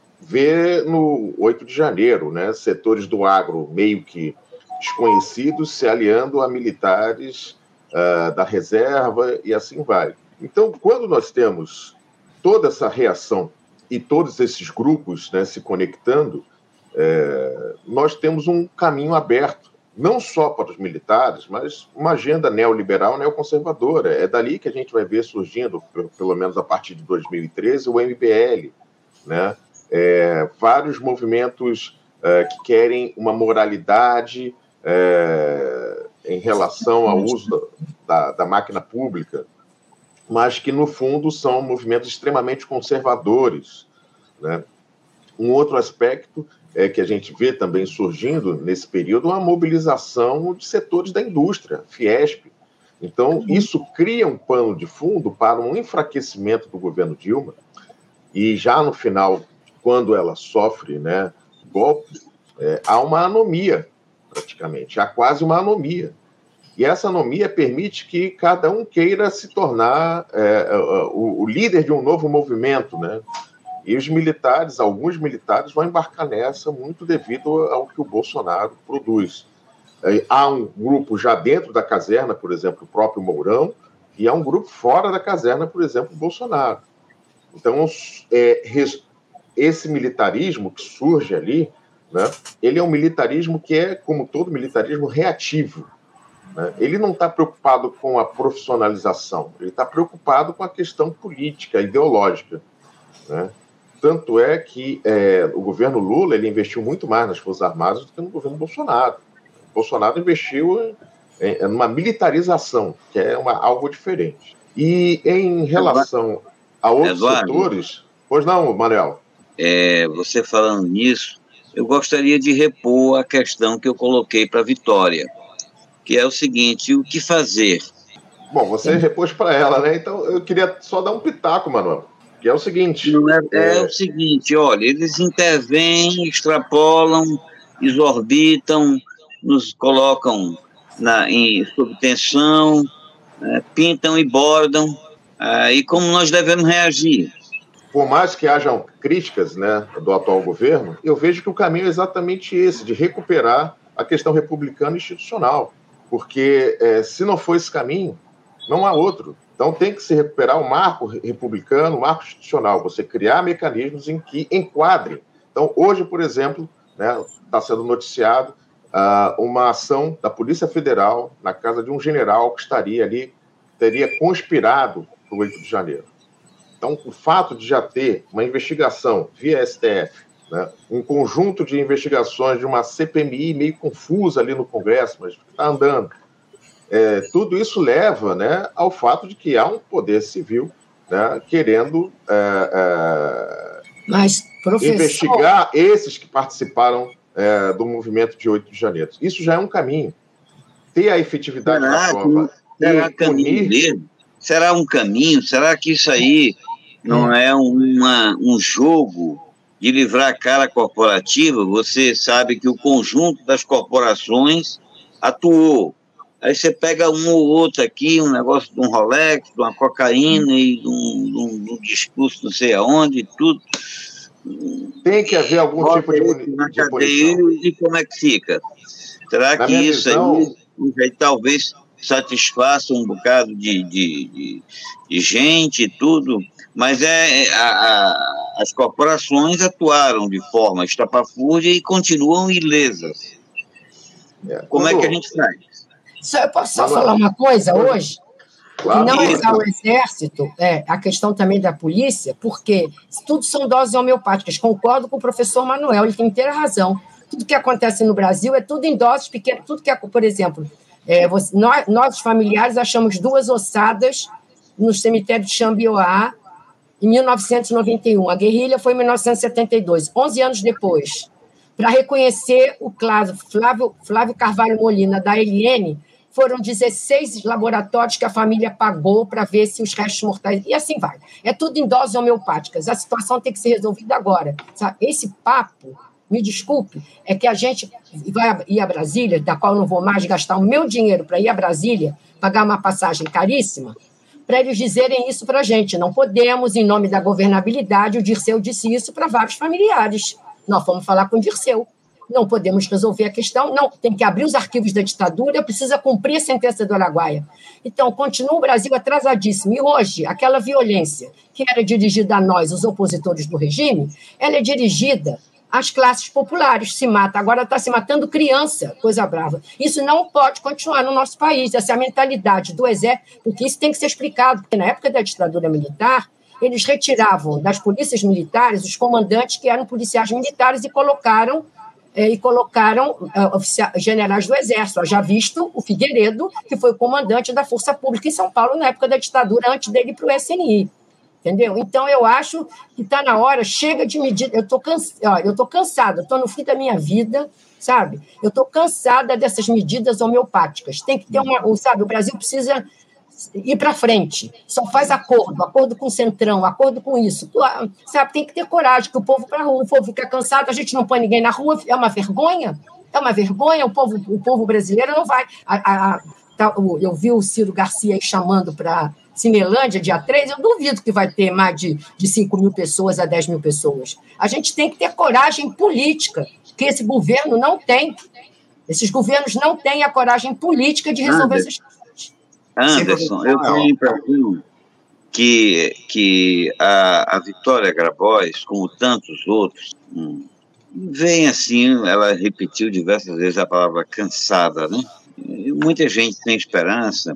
[SPEAKER 4] vê no oito de janeiro, né? Setores do agro meio que desconhecidos se aliando a militares Uh, da reserva e assim vai. Então, quando nós temos toda essa reação e todos esses grupos, né, se conectando, é, nós temos um caminho aberto, não só para os militares, mas uma agenda neoliberal, neoconservadora. É dali que a gente vai ver surgindo, pelo menos a partir de dois mil e treze, o M B L, né? É, vários movimentos é, que querem uma moralidade é, em relação ao uso da, da máquina pública, mas que, no fundo, são movimentos extremamente conservadores, né? Um outro aspecto é que a gente vê também surgindo, nesse período, uma mobilização de setores da indústria, Fiesp. Então, isso cria um pano de fundo para um enfraquecimento do governo Dilma, e já no final, quando ela sofre, né, golpe, é, há uma anomia, praticamente, há quase uma anomia. E essa anomia permite que cada um queira se tornar é, o, o líder de um novo movimento, né? E os militares, alguns militares, vão embarcar nessa muito devido ao que o Bolsonaro produz. É, há um grupo já dentro da caserna, por exemplo, o próprio Mourão, e há um grupo fora da caserna, por exemplo, o Bolsonaro. Então, é, esse militarismo que surge ali, né, ele é um militarismo que é, como todo militarismo, reativo. Né? Ele não está preocupado com a profissionalização, ele está preocupado com a questão política, ideológica. Né? Tanto é que é, o governo Lula ele investiu muito mais nas Forças Armadas do que no governo Bolsonaro. O Bolsonaro investiu em, em uma militarização, que é uma, algo diferente. E em relação a outros
[SPEAKER 2] Eduardo,
[SPEAKER 4] setores... Pois não, Manuel?
[SPEAKER 2] É, você falando nisso, eu gostaria de repor a questão que eu coloquei para a Vitória, que é o seguinte: o que fazer?
[SPEAKER 4] Bom, você repôs para ela, né? Então eu queria só dar um pitaco, Manuel, que é o seguinte...
[SPEAKER 2] Não é, é... é o seguinte, olha, eles intervêm, extrapolam, exorbitam, nos colocam na, em subtensão, é, pintam e bordam, é, e como nós devemos reagir?
[SPEAKER 4] Por mais que hajam críticas, né, do atual governo, eu vejo que o caminho é exatamente esse, de recuperar a questão republicana institucional, porque é, se não for esse caminho, não há outro. Então tem que se recuperar o marco republicano, o marco institucional, você criar mecanismos em que enquadrem. Então hoje, por exemplo, né, está sendo noticiado uh, uma ação da Polícia Federal na casa de um general que estaria ali, teria conspirado para o oito de janeiro. Então, o fato de já ter uma investigação via S T F, né, um conjunto de investigações de uma C P M I meio confusa ali no Congresso, mas está andando, é, tudo isso leva, né, ao fato de que há um poder civil, né, querendo é, é,
[SPEAKER 3] mas, professor...
[SPEAKER 4] investigar esses que participaram é, do movimento de oito de janeiro. Isso já é um caminho. Ter a efetividade
[SPEAKER 2] será
[SPEAKER 4] da prova
[SPEAKER 2] será
[SPEAKER 4] e punir...
[SPEAKER 2] mesmo? Será um caminho? Será que isso aí não é uma, um jogo de livrar a cara corporativa? Você sabe que o conjunto das corporações atuou. Aí você pega um ou outro aqui, um negócio de um Rolex, de uma cocaína e de um, de um, de um discurso não sei aonde, tudo.
[SPEAKER 4] Tem que haver algum
[SPEAKER 2] Bota
[SPEAKER 4] tipo de, puni
[SPEAKER 2] na
[SPEAKER 4] de
[SPEAKER 2] cadeia
[SPEAKER 4] punição.
[SPEAKER 2] E como é que fica? Será
[SPEAKER 4] Na
[SPEAKER 2] que
[SPEAKER 4] minha
[SPEAKER 2] isso
[SPEAKER 4] visão...
[SPEAKER 2] aí, aí talvez satisfaça um bocado de, de, de, de gente e tudo, mas é, a, a, as corporações atuaram de forma estapafúrdia e continuam ilesas.
[SPEAKER 4] É,
[SPEAKER 2] Como
[SPEAKER 4] quando...
[SPEAKER 2] é que a gente faz?
[SPEAKER 3] Só, eu posso só
[SPEAKER 4] Vamos
[SPEAKER 3] falar
[SPEAKER 4] lá.
[SPEAKER 3] uma coisa hoje?
[SPEAKER 4] Claro,
[SPEAKER 3] que não
[SPEAKER 4] claro.
[SPEAKER 3] usar o exército, é, a questão também da polícia, porque tudo são doses homeopáticas. Concordo com o professor Manuel, ele tem inteira razão. Tudo que acontece no Brasil é tudo em doses pequenas. Tudo que, por exemplo, é, você, nós, nós, os familiares, achamos duas ossadas no cemitério de Xambioá em mil novecentos e noventa e um. A guerrilha foi em mil novecentos e setenta e dois, onze anos depois. Para reconhecer o caso Flávio, Flávio Carvalho Molina, da L N, foram dezesseis laboratórios que a família pagou para ver se os restos mortais... E assim vai. É tudo em doses homeopáticas. A situação tem que ser resolvida agora. Sabe? Esse papo, me desculpe, é que a gente vai ir a Brasília, da qual eu não vou mais gastar o meu dinheiro para ir a Brasília, pagar uma passagem caríssima, para eles dizerem isso para a gente. Não podemos, em nome da governabilidade, o Dirceu disse isso para vários familiares. Nós fomos falar com o Dirceu. Não podemos resolver a questão, não, tem que abrir os arquivos da ditadura, precisa cumprir a sentença do Araguaia. Então, continua o Brasil atrasadíssimo. E hoje, aquela violência que era dirigida a nós, os opositores do regime, ela é dirigida às classes populares. Se mata, agora está se matando criança, coisa brava. Isso não pode continuar no nosso país, essa é a mentalidade do exército, porque isso tem que ser explicado, porque na época da ditadura militar, eles retiravam das polícias militares os comandantes que eram policiais militares e colocaram e colocaram uh, oficiais, generais do Exército. Já visto o Figueiredo, que foi o comandante da Força Pública em São Paulo na época da ditadura, antes dele ir para o S N I. Entendeu? Então, eu acho que está na hora, chega de medida. Eu estou cansa... cansada, estou no fim da minha vida, sabe? Eu estou cansada dessas medidas homeopáticas. Tem que ter uma. Sabe, o Brasil precisa ir para frente, só faz acordo, acordo com o Centrão, acordo com isso, sabe, tem que ter coragem, que o povo para a rua, o povo fica cansado, a gente não põe ninguém na rua, é uma vergonha, é uma vergonha, o povo, o povo brasileiro não vai, a, a, a, eu vi o Ciro Garcia aí chamando para Cinelândia, dia três, eu duvido que vai ter mais de, de cinco mil pessoas a dez mil pessoas, a gente tem que ter coragem política, que esse governo não tem, esses governos não têm a coragem política de resolver essas questões.
[SPEAKER 2] Anderson, eu tenho a impressão que, que a, a Vitória Grabois, como tantos outros, hum, vem assim, ela repetiu diversas vezes a palavra cansada, né? E muita gente tem esperança,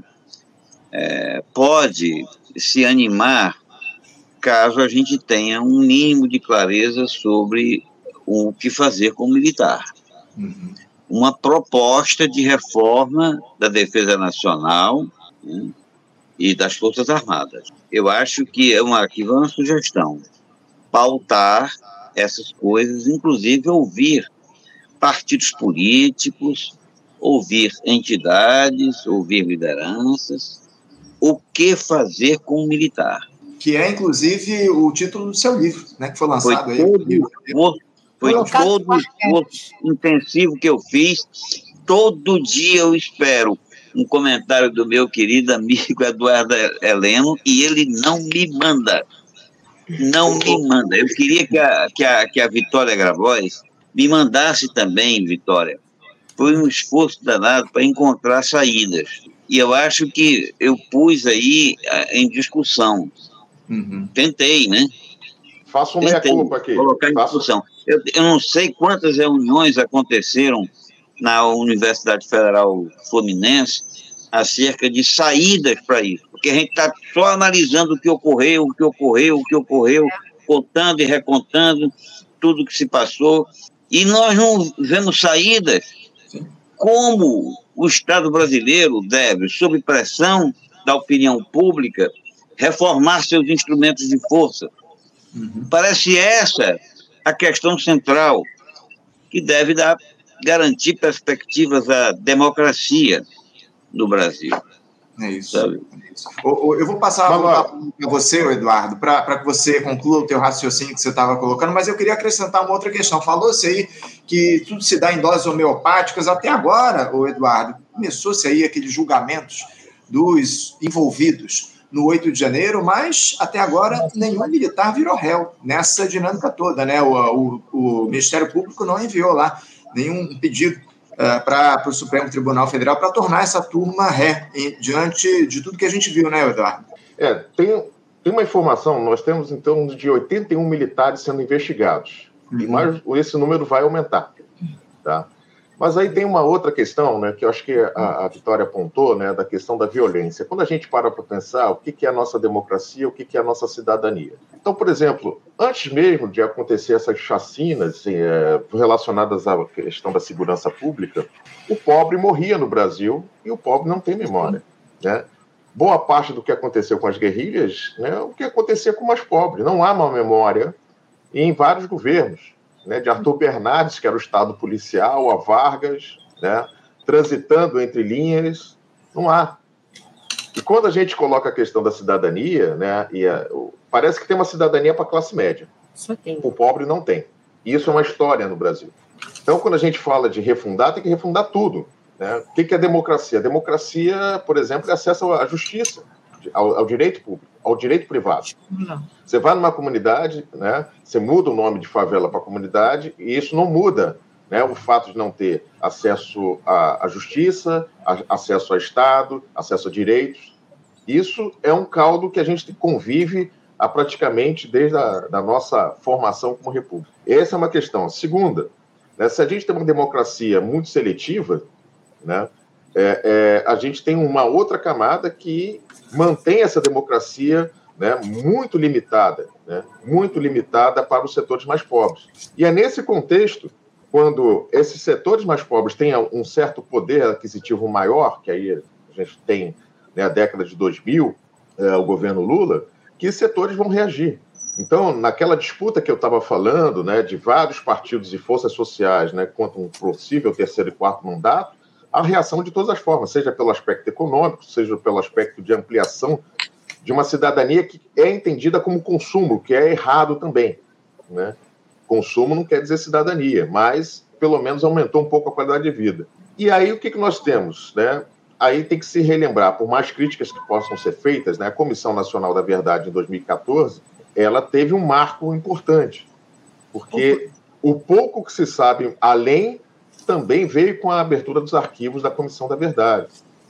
[SPEAKER 2] é, pode se animar caso a gente tenha um mínimo de clareza sobre o que fazer com o militar. Uhum. Uma proposta de reforma da Defesa Nacional, né, e das Forças Armadas. Eu acho que é uma, aqui vai uma sugestão, pautar essas coisas, inclusive ouvir partidos políticos, ouvir entidades, ouvir lideranças, o que fazer com o militar.
[SPEAKER 1] Que é, inclusive, o título do seu livro, né, que foi lançado
[SPEAKER 2] foi
[SPEAKER 1] aí.
[SPEAKER 2] Todo, foi foi todo o esforço intensivo que eu fiz. Todo dia eu espero um comentário do meu querido amigo Eduardo Heleno e ele não me manda. Não me manda. Eu queria que a, que a, que a Vitória Grabois me mandasse também, Vitória. Foi um esforço danado para encontrar saídas. E eu acho que eu pus aí em discussão. Uhum. Tentei, né?
[SPEAKER 4] Faça uma meia-culpa aqui.
[SPEAKER 2] Colocar em discussão. Eu, eu não sei quantas reuniões aconteceram na Universidade Federal Fluminense acerca de saídas para isso. Porque a gente está só analisando o que ocorreu, o que ocorreu, o que ocorreu, contando e recontando tudo que se passou. E nós não vemos saídas. Como o Estado brasileiro deve, sob pressão da opinião pública, reformar seus instrumentos de força. Uhum. Parece essa a questão central, que deve dar, garantir perspectivas à democracia no Brasil.
[SPEAKER 1] É isso. Sabe? É isso. Eu vou passar para você, Eduardo, para que você conclua o teu raciocínio que você estava colocando, mas eu queria acrescentar uma outra questão. Falou-se aí que tudo se dá em doses homeopáticas. Até agora, o Eduardo, começou-se aí aqueles julgamentos dos envolvidos no oito de janeiro, mas até agora nenhum militar virou réu nessa dinâmica toda, né? O, o, o Ministério Público não enviou lá nenhum pedido uh, para o Supremo Tribunal Federal para tornar essa turma ré em, diante de tudo que a gente viu, né, Eduardo?
[SPEAKER 4] É, tem, tem uma informação, nós temos em torno de oitenta e um militares sendo investigados, uhum. e mais, esse número vai aumentar, tá? Mas aí tem uma outra questão, né, que eu acho que a, a Vitória apontou, né, da questão da violência. Quando a gente para para pensar o que, que é a nossa democracia, o que, que é a nossa cidadania. Então, por exemplo, antes mesmo de acontecer essas chacinas assim, é, relacionadas à questão da segurança pública, o pobre morria no Brasil e o pobre não tem memória, né? Boa parte do que aconteceu com as guerrilhas, né, o que acontecia com os mais pobres. Não há uma memória em vários governos. Né, de Arthur Bernardes, que era o Estado policial, a Vargas, né, transitando entre linhas, não há. E quando a gente coloca a questão da cidadania, né, e a, o, parece que tem uma cidadania para a classe média.
[SPEAKER 3] Só tem.
[SPEAKER 4] O pobre não tem. E isso é uma história no Brasil. Então, quando a gente fala de refundar, tem que refundar tudo. Né? O que é democracia? A democracia, por exemplo, é acesso à justiça, ao, ao direito público, ao direito privado. Não. Você vai numa comunidade, né, você muda o nome de favela para comunidade e isso não muda, né, o fato de não ter acesso à, à justiça, a, acesso ao Estado, acesso a direitos. Isso é um caldo que a gente convive há praticamente desde a da nossa formação como república. Essa é uma questão. Segunda, né, se a gente tem uma democracia muito seletiva, né, é, é, a gente tem uma outra camada que mantém essa democracia, né, muito limitada, né, muito limitada para os setores mais pobres. E é nesse contexto, quando esses setores mais pobres têm um certo poder aquisitivo maior, que aí a gente tem, né, a década de dois mil, é, o governo Lula, que esses setores vão reagir. Então, naquela disputa que eu estava falando, né, de vários partidos e forças sociais, né, contra um possível terceiro e quarto mandato, a reação de todas as formas, seja pelo aspecto econômico, seja pelo aspecto de ampliação de uma cidadania que é entendida como consumo, que é errado também, né? Consumo não quer dizer cidadania, mas pelo menos aumentou um pouco a qualidade de vida. E aí o que, que nós temos, né? Aí tem que se relembrar, por mais críticas que possam ser feitas, né? A Comissão Nacional da Verdade, em dois mil e quatorze, ela teve um marco importante, porque o pouco que se sabe além também veio com a abertura dos arquivos da Comissão da Verdade.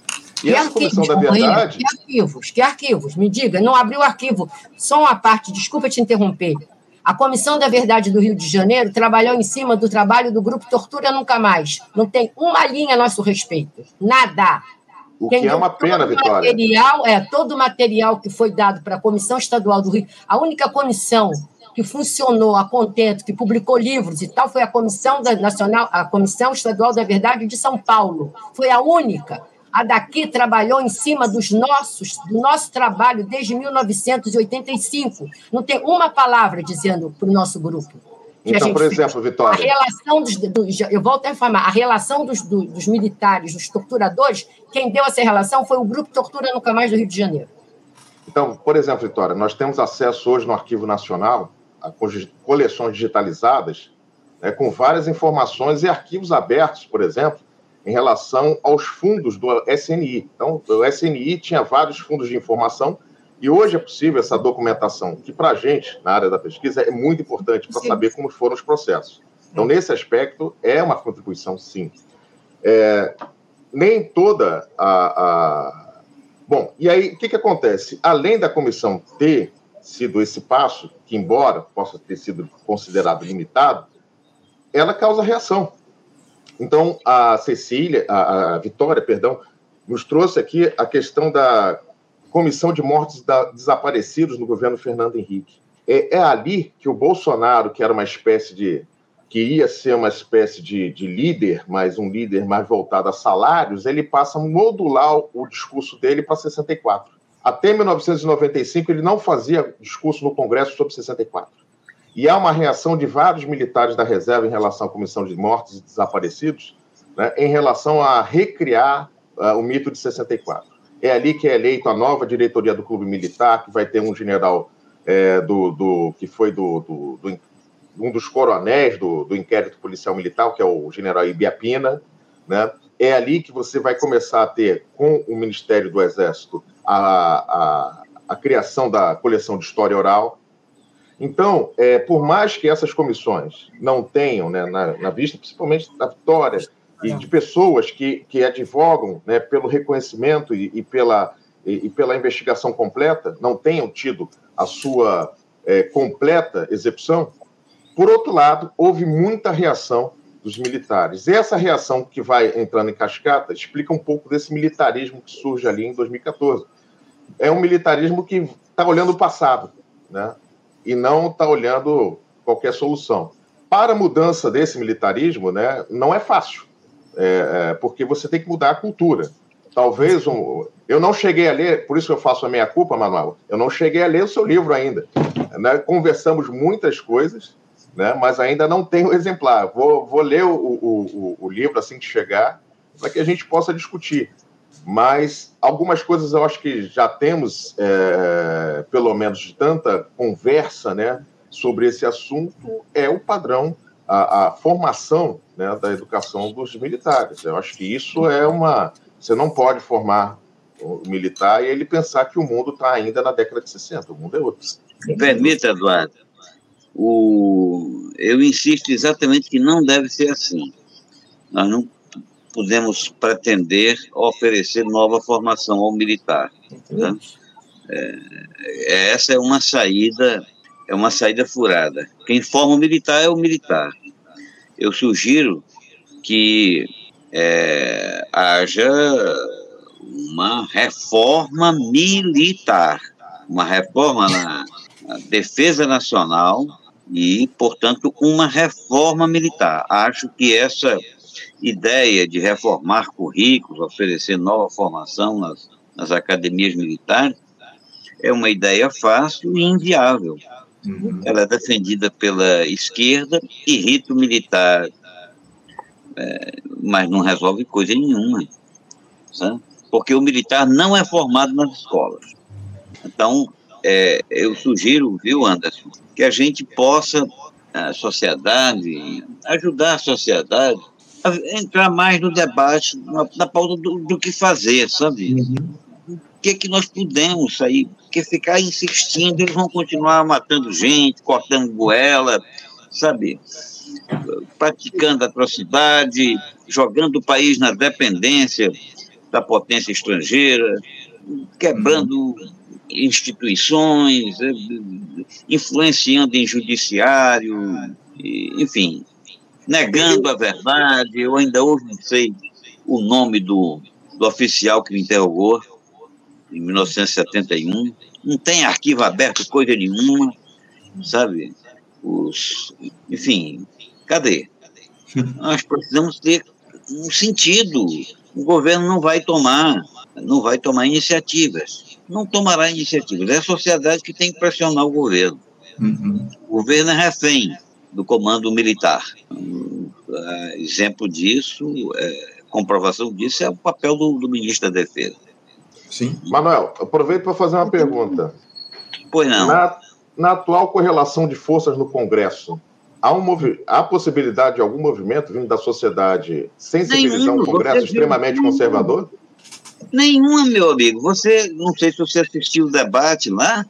[SPEAKER 4] E
[SPEAKER 3] que
[SPEAKER 4] essa
[SPEAKER 3] arquivos,
[SPEAKER 4] Comissão da Verdade...
[SPEAKER 3] Que arquivos? Que arquivos? Me diga, não abriu arquivo. Só uma parte, desculpa te interromper. A Comissão da Verdade do Rio de Janeiro trabalhou em cima do trabalho do Grupo Tortura Nunca Mais. Não tem uma linha a nosso respeito. Nada.
[SPEAKER 4] O que é uma pena, Vitória.
[SPEAKER 3] Material, é, todo o material que foi dado para a Comissão Estadual do Rio, a única comissão que funcionou a contento, que publicou livros e tal, foi a Comissão da Nacional, a Comissão Estadual da Verdade de São Paulo. Foi a única. A daqui trabalhou em cima dos nossos, do nosso trabalho desde mil novecentos e oitenta e cinco. Não tem uma palavra dizendo para o nosso grupo.
[SPEAKER 4] Então, por exemplo,
[SPEAKER 3] fez.
[SPEAKER 4] Vitória...
[SPEAKER 3] A relação dos, dos... Eu volto a informar. A relação dos, dos, dos militares, dos torturadores, quem deu essa relação foi o Grupo Tortura Nunca Mais do Rio de Janeiro.
[SPEAKER 4] Então, por exemplo, Vitória, nós temos acesso hoje no Arquivo Nacional a coleções digitalizadas, né, com várias informações e arquivos abertos, por exemplo, em relação aos fundos do S N I. Então, o S N I tinha vários fundos de informação e hoje é possível essa documentação, que para a gente, na área da pesquisa, é muito importante para saber como foram os processos. Então, nesse aspecto, é uma contribuição, sim. É, nem toda a... a... Bom, e aí, o que, que acontece? Além da comissão ter sido esse passo, que embora possa ter sido considerado limitado, ela causa reação. Então, a Cecília, a, a Vitória, perdão, nos trouxe aqui a questão da Comissão de Mortos da, Desaparecidos no governo Fernando Henrique. É, é ali que o Bolsonaro, que era uma espécie de... queria ser uma espécie de, de líder, mas um líder mais voltado a salários, ele passa a modular o discurso dele para sessenta e quatro. Até mil novecentos e noventa e cinco, ele não fazia discurso no Congresso sobre sessenta e quatro. E há uma reação de vários militares da reserva em relação à Comissão de Mortos e Desaparecidos, né, em relação a recriar uh, o mito de sessenta e quatro. É ali que é eleito a nova diretoria do Clube Militar, que vai ter um general é, do, do, que foi do, do, do, um dos coronéis do, do inquérito policial militar, que é o general Ibiapina, né? É ali que você vai começar a ter, com o Ministério do Exército, a, a, a criação da coleção de história oral. Então, é, por mais que essas comissões não tenham, né, na, na vista, principalmente da Vitória, e de pessoas que, que advogam, né, pelo reconhecimento e, e, pela, e, e pela investigação completa, não tenham tido a sua é, completa execução, por outro lado, houve muita reação dos militares. E essa reação que vai entrando em cascata explica um pouco desse militarismo que surge ali em dois mil e quatorze. É um militarismo que está olhando o passado, né? E não está olhando qualquer solução. Para a mudança desse militarismo, né, não é fácil, é, é, porque você tem que mudar a cultura. Talvez, um, eu não cheguei a ler, por isso que eu faço a meia-culpa, Manuel, eu não cheguei a ler o seu livro ainda. Né? Conversamos muitas coisas, né, mas ainda não tenho o exemplar. Vou, vou ler o, o, o, o livro assim que chegar, para que a gente possa discutir. Mas algumas coisas eu acho que já temos, é, pelo menos de tanta conversa, né, sobre esse assunto, é o padrão, a, a formação, né, da educação dos militares. Eu acho que isso é uma... Você não pode formar o militar e ele pensar que o mundo está ainda na década de sessenta, o mundo é outro.
[SPEAKER 2] Me permita, Eduardo, o... eu insisto exatamente que não deve ser assim. Nós não podemos pretender oferecer nova formação ao militar. Né? É, essa é uma saída, é uma saída furada. Quem forma o militar é o militar. Eu sugiro que é, haja uma reforma militar, uma reforma na, na defesa nacional e, portanto, uma reforma militar. Acho que essa ideia de reformar currículos, oferecer nova formação nas, nas academias militares, é uma ideia fácil e inviável. Uhum. Ela é defendida pela esquerda, irrita o militar, é, mas não resolve coisa nenhuma, sabe? Porque o militar não é formado nas escolas. Então, é, eu sugiro, viu, Anderson, que a gente possa, a sociedade, ajudar a sociedade a entrar mais no debate, na, na pauta do, do que fazer, sabe? Uhum. O que que nós podemos sair? Porque ficar insistindo, eles vão continuar matando gente, cortando goela, sabe? Praticando atrocidade, jogando o país na dependência da potência estrangeira, quebrando uhum. instituições, influenciando em judiciário, enfim, negando a verdade. Eu ainda hoje não sei o nome do, do oficial que me interrogou em mil novecentos e setenta e um. Não tem arquivo aberto, coisa nenhuma, sabe? Os, enfim, cadê? Nós precisamos ter um sentido. O governo não vai tomar, não vai tomar iniciativas. Não tomará iniciativas. É a sociedade que tem que pressionar o governo. Uhum. O governo é refém do comando militar. Um, uh, exemplo disso, é, comprovação disso é o papel do, do ministro da Defesa.
[SPEAKER 4] Sim. Manuel, aproveito para fazer uma pergunta.
[SPEAKER 2] Pois não.
[SPEAKER 4] Na, na atual correlação de forças no Congresso, há, um movi- há possibilidade de algum movimento vindo da sociedade sensibilizar um Congresso extremamente viu? conservador?
[SPEAKER 2] Nenhuma, meu amigo. Você, não sei se você assistiu o debate lá,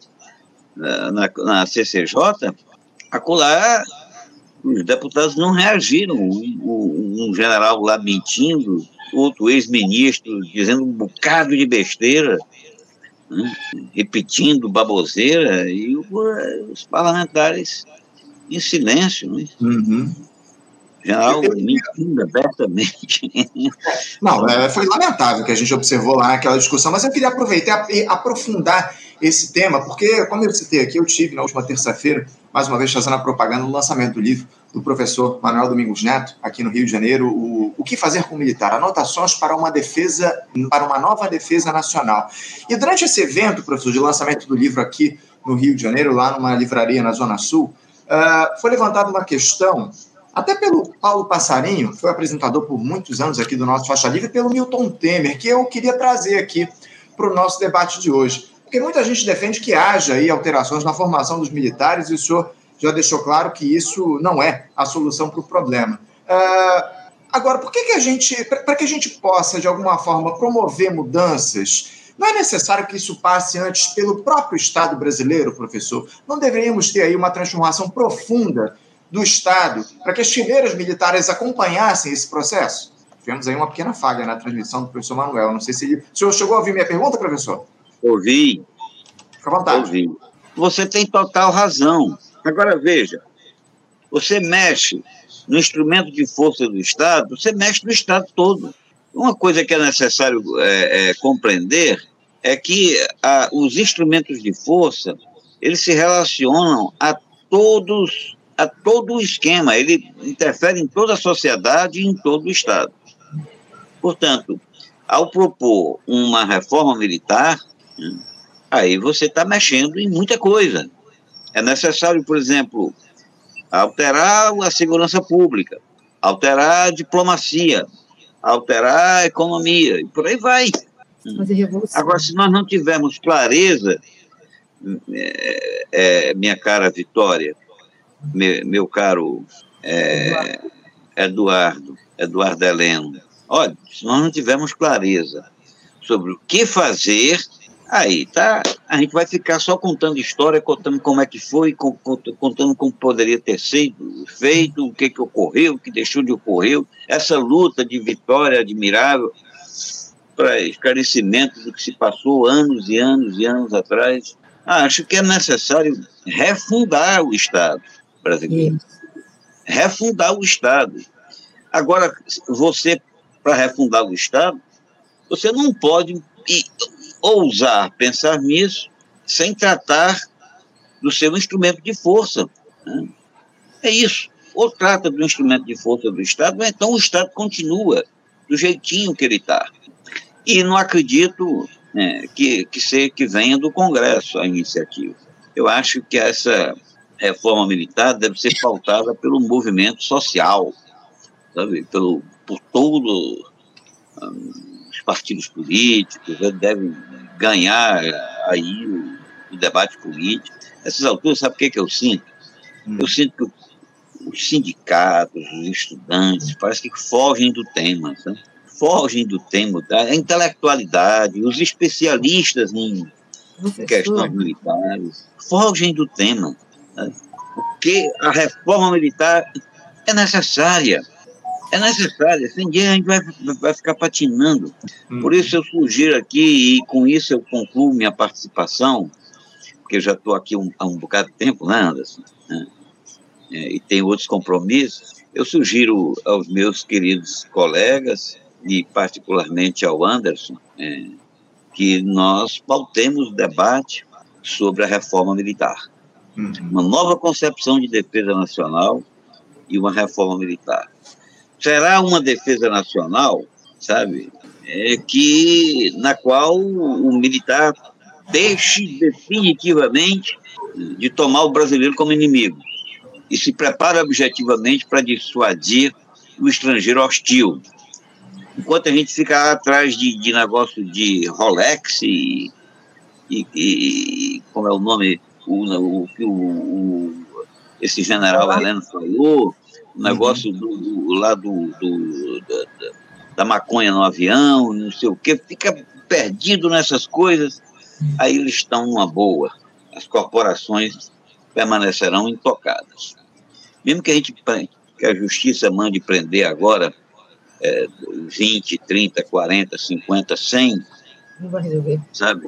[SPEAKER 2] na, na C C J, acolá, os deputados não reagiram. Um, um general lá mentindo, outro ex-ministro dizendo um bocado de besteira, né, repetindo baboseira, e os parlamentares em silêncio, né?
[SPEAKER 1] Uhum.
[SPEAKER 2] General mentindo abertamente.
[SPEAKER 1] Não, é, foi lamentável que a gente observou lá naquela discussão, mas eu queria aproveitar e aprofundar esse tema, porque, como eu citei aqui, eu tive na última terça-feira, mais uma vez fazendo a propaganda no lançamento do livro do professor Manuel Domingos Neto, aqui no Rio de Janeiro, o, o que fazer com o militar? Anotações para uma defesa, para uma nova defesa nacional. E durante esse evento, professor, de lançamento do livro aqui no Rio de Janeiro, lá numa livraria na Zona Sul, uh, foi levantada uma questão, até pelo Paulo Passarinho, que foi apresentador por muitos anos aqui do nosso Faixa Livre, e pelo Milton Temer, que eu queria trazer aqui para o nosso debate de hoje. Porque muita gente defende que haja aí alterações na formação dos militares, e o senhor já deixou claro que isso não é a solução para o problema. Uh, agora, por que, que a gente, para que a gente possa, de alguma forma, promover mudanças, não é necessário que isso passe antes pelo próprio Estado brasileiro, professor? Não deveríamos ter aí uma transformação profunda do Estado para que as fileiras militares acompanhassem esse processo? Tivemos aí uma pequena falha na transmissão do professor Manuel. Não sei se ele... O senhor chegou a ouvir minha pergunta, professor?
[SPEAKER 2] Ouvi.
[SPEAKER 1] Fica à vontade.
[SPEAKER 2] Ouvi. Você tem total razão. Agora, veja, você mexe no instrumento de força do Estado, você mexe no Estado todo. Uma coisa que é necessário é, é, compreender é que a, os instrumentos de força, eles se relacionam a todos, a todo o esquema, ele interfere em toda a sociedade e em todo o Estado. Portanto, ao propor uma reforma militar, aí você está mexendo em muita coisa. É necessário, por exemplo, alterar a segurança pública, alterar a diplomacia, alterar a economia, e por aí vai. Agora, se nós não tivermos clareza, é, é, minha cara Vitória, meu, meu caro é, Eduardo, Eduardo Heleno, olha, se nós não tivermos clareza sobre o que fazer, aí tá, a gente vai ficar só contando história, contando como é que foi, contando como poderia ter sido feito, o que, que ocorreu, o que deixou de ocorrer, essa luta de vitória admirável para esclarecimento do que se passou anos e anos e anos atrás. Ah, acho que é necessário refundar o Estado brasileiro. Refundar o Estado. Agora, você, para refundar o Estado, você não pode ir, ousar pensar nisso sem tratar do seu instrumento de força, né? É isso. Ou trata do instrumento de força do Estado, ou então o Estado continua do jeitinho que ele está. E não acredito, né, que, que, ser, que venha do Congresso a iniciativa. Eu acho que essa reforma militar deve ser pautada pelo movimento social, sabe? Pelo, por todos um, os partidos políticos, devem ganhar aí o, o debate político. Nessas alturas, sabe o que, que eu sinto? Hum. Eu sinto que os sindicatos, os estudantes, parece que fogem do tema, sabe? Fogem do tema, da intelectualidade, os especialistas em Professor. questões militares, fogem do tema, sabe? Porque a reforma militar é necessária, é necessária, sem dinheiro a gente vai, vai ficar patinando. Hum. Por isso eu sugiro aqui, e com isso eu concluo minha participação, porque eu já estou aqui um, há um bocado de tempo, né, Anderson? É, é, e tenho outros compromissos. Eu sugiro aos meus queridos colegas, e particularmente ao Anderson, é, que nós pautemos o debate sobre a reforma militar. Uhum. Uma nova concepção de defesa nacional e uma reforma militar. Será uma defesa nacional, sabe, é, que, na qual o militar deixe definitivamente de tomar o brasileiro como inimigo e se prepara objetivamente para dissuadir o estrangeiro hostil. Enquanto a gente fica atrás de, de negócio de Rolex e, e, e como é o nome, o, o, o, esse general Heleno falou, o negócio do, do, lá do, do, da, da maconha no avião, não sei o quê, fica perdido nessas coisas, aí eles estão numa boa. As corporações permanecerão intocadas. Mesmo que a gente, que a justiça mande prender agora é, vinte, trinta, quarenta, cinquenta, cem,
[SPEAKER 3] não vai resolver,
[SPEAKER 2] sabe?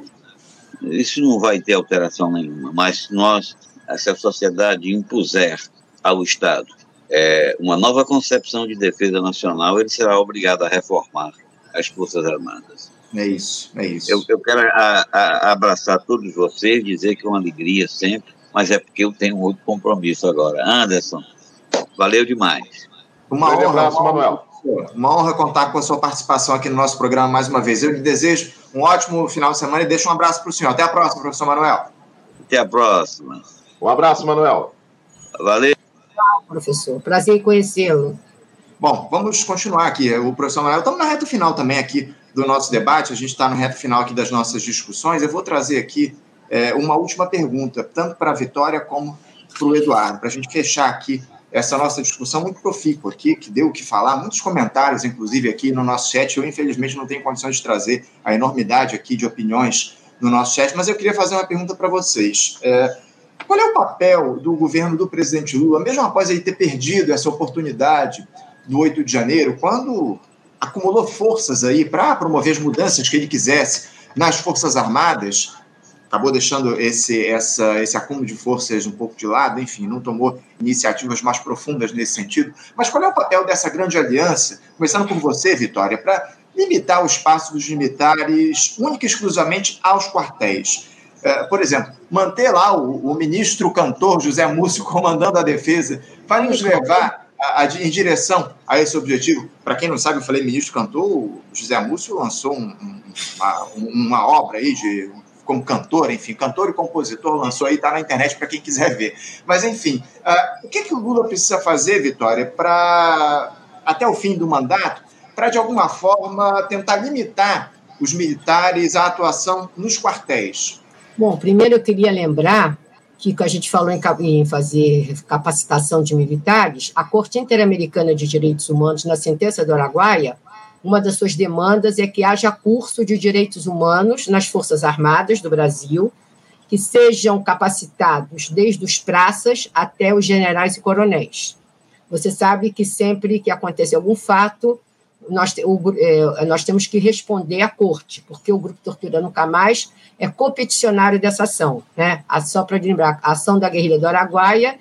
[SPEAKER 2] Isso não vai ter alteração nenhuma, mas se nós, se a sociedade impuser ao Estado é, uma nova concepção de defesa nacional, ele será obrigado a reformar as Forças Armadas.
[SPEAKER 1] É isso, é isso.
[SPEAKER 2] Eu, eu quero a, a, abraçar todos vocês, dizer que é uma alegria sempre, mas é porque eu tenho outro compromisso agora. Anderson, valeu demais.
[SPEAKER 1] Uma honra, abraço, Manuel. Uma honra contar com a sua participação aqui no nosso programa mais uma vez. Eu lhe desejo um ótimo final de semana e deixo um abraço para o senhor. Até a próxima, professor Manuel.
[SPEAKER 2] Até a próxima.
[SPEAKER 4] Um abraço, Manuel.
[SPEAKER 2] Valeu.
[SPEAKER 3] Professor, prazer em conhecê-lo.
[SPEAKER 1] Bom, vamos continuar aqui. O professor Manuel, estamos na reta final também aqui do nosso debate, a gente está no reto final aqui das nossas discussões. Eu vou trazer aqui é, uma última pergunta, tanto para a Vitória como para o Eduardo, para a gente fechar aqui essa nossa discussão muito profícua aqui, que deu o que falar, muitos comentários, inclusive, aqui no nosso chat. Eu, infelizmente, não tenho condições de trazer a enormidade aqui de opiniões no nosso chat, mas eu queria fazer uma pergunta para vocês. É, qual é o papel do governo do presidente Lula, mesmo após ele ter perdido essa oportunidade do oito de janeiro, quando acumulou forças aí para promover as mudanças que ele quisesse nas Forças Armadas, acabou deixando esse, essa, esse acúmulo de forças um pouco de lado, enfim, não tomou iniciativas mais profundas nesse sentido. Mas qual é o papel dessa grande aliança, começando por você, Vitória, para limitar o espaço dos militares única e exclusivamente aos quartéis? É, por exemplo, manter lá o, o ministro cantor José Múcio comandando a defesa vai nos levar A, a, em direção a esse objetivo. Para quem não sabe, eu falei ministro cantor, o José Múcio lançou um, um, uma, uma obra aí de, como cantor, enfim, cantor e compositor, lançou aí, está na internet para quem quiser ver. Mas, enfim, uh, o que, que o Lula precisa fazer, Vitória, para, até o fim do mandato, para, de alguma forma, tentar limitar os militares à atuação nos quartéis?
[SPEAKER 3] Bom, primeiro eu queria lembrar que a gente falou em fazer capacitação de militares, a Corte Interamericana de Direitos Humanos, na sentença do Araguaia, uma das suas demandas é que haja curso de direitos humanos nas Forças Armadas do Brasil, que sejam capacitados desde os praças até os generais e coronéis. Você sabe que sempre que acontece algum fato, nós, o, é, nós temos que responder à Corte, porque o Grupo Tortura Nunca Mais é competicionário dessa ação, né? Só para lembrar, a ação da guerrilha do Araguaia,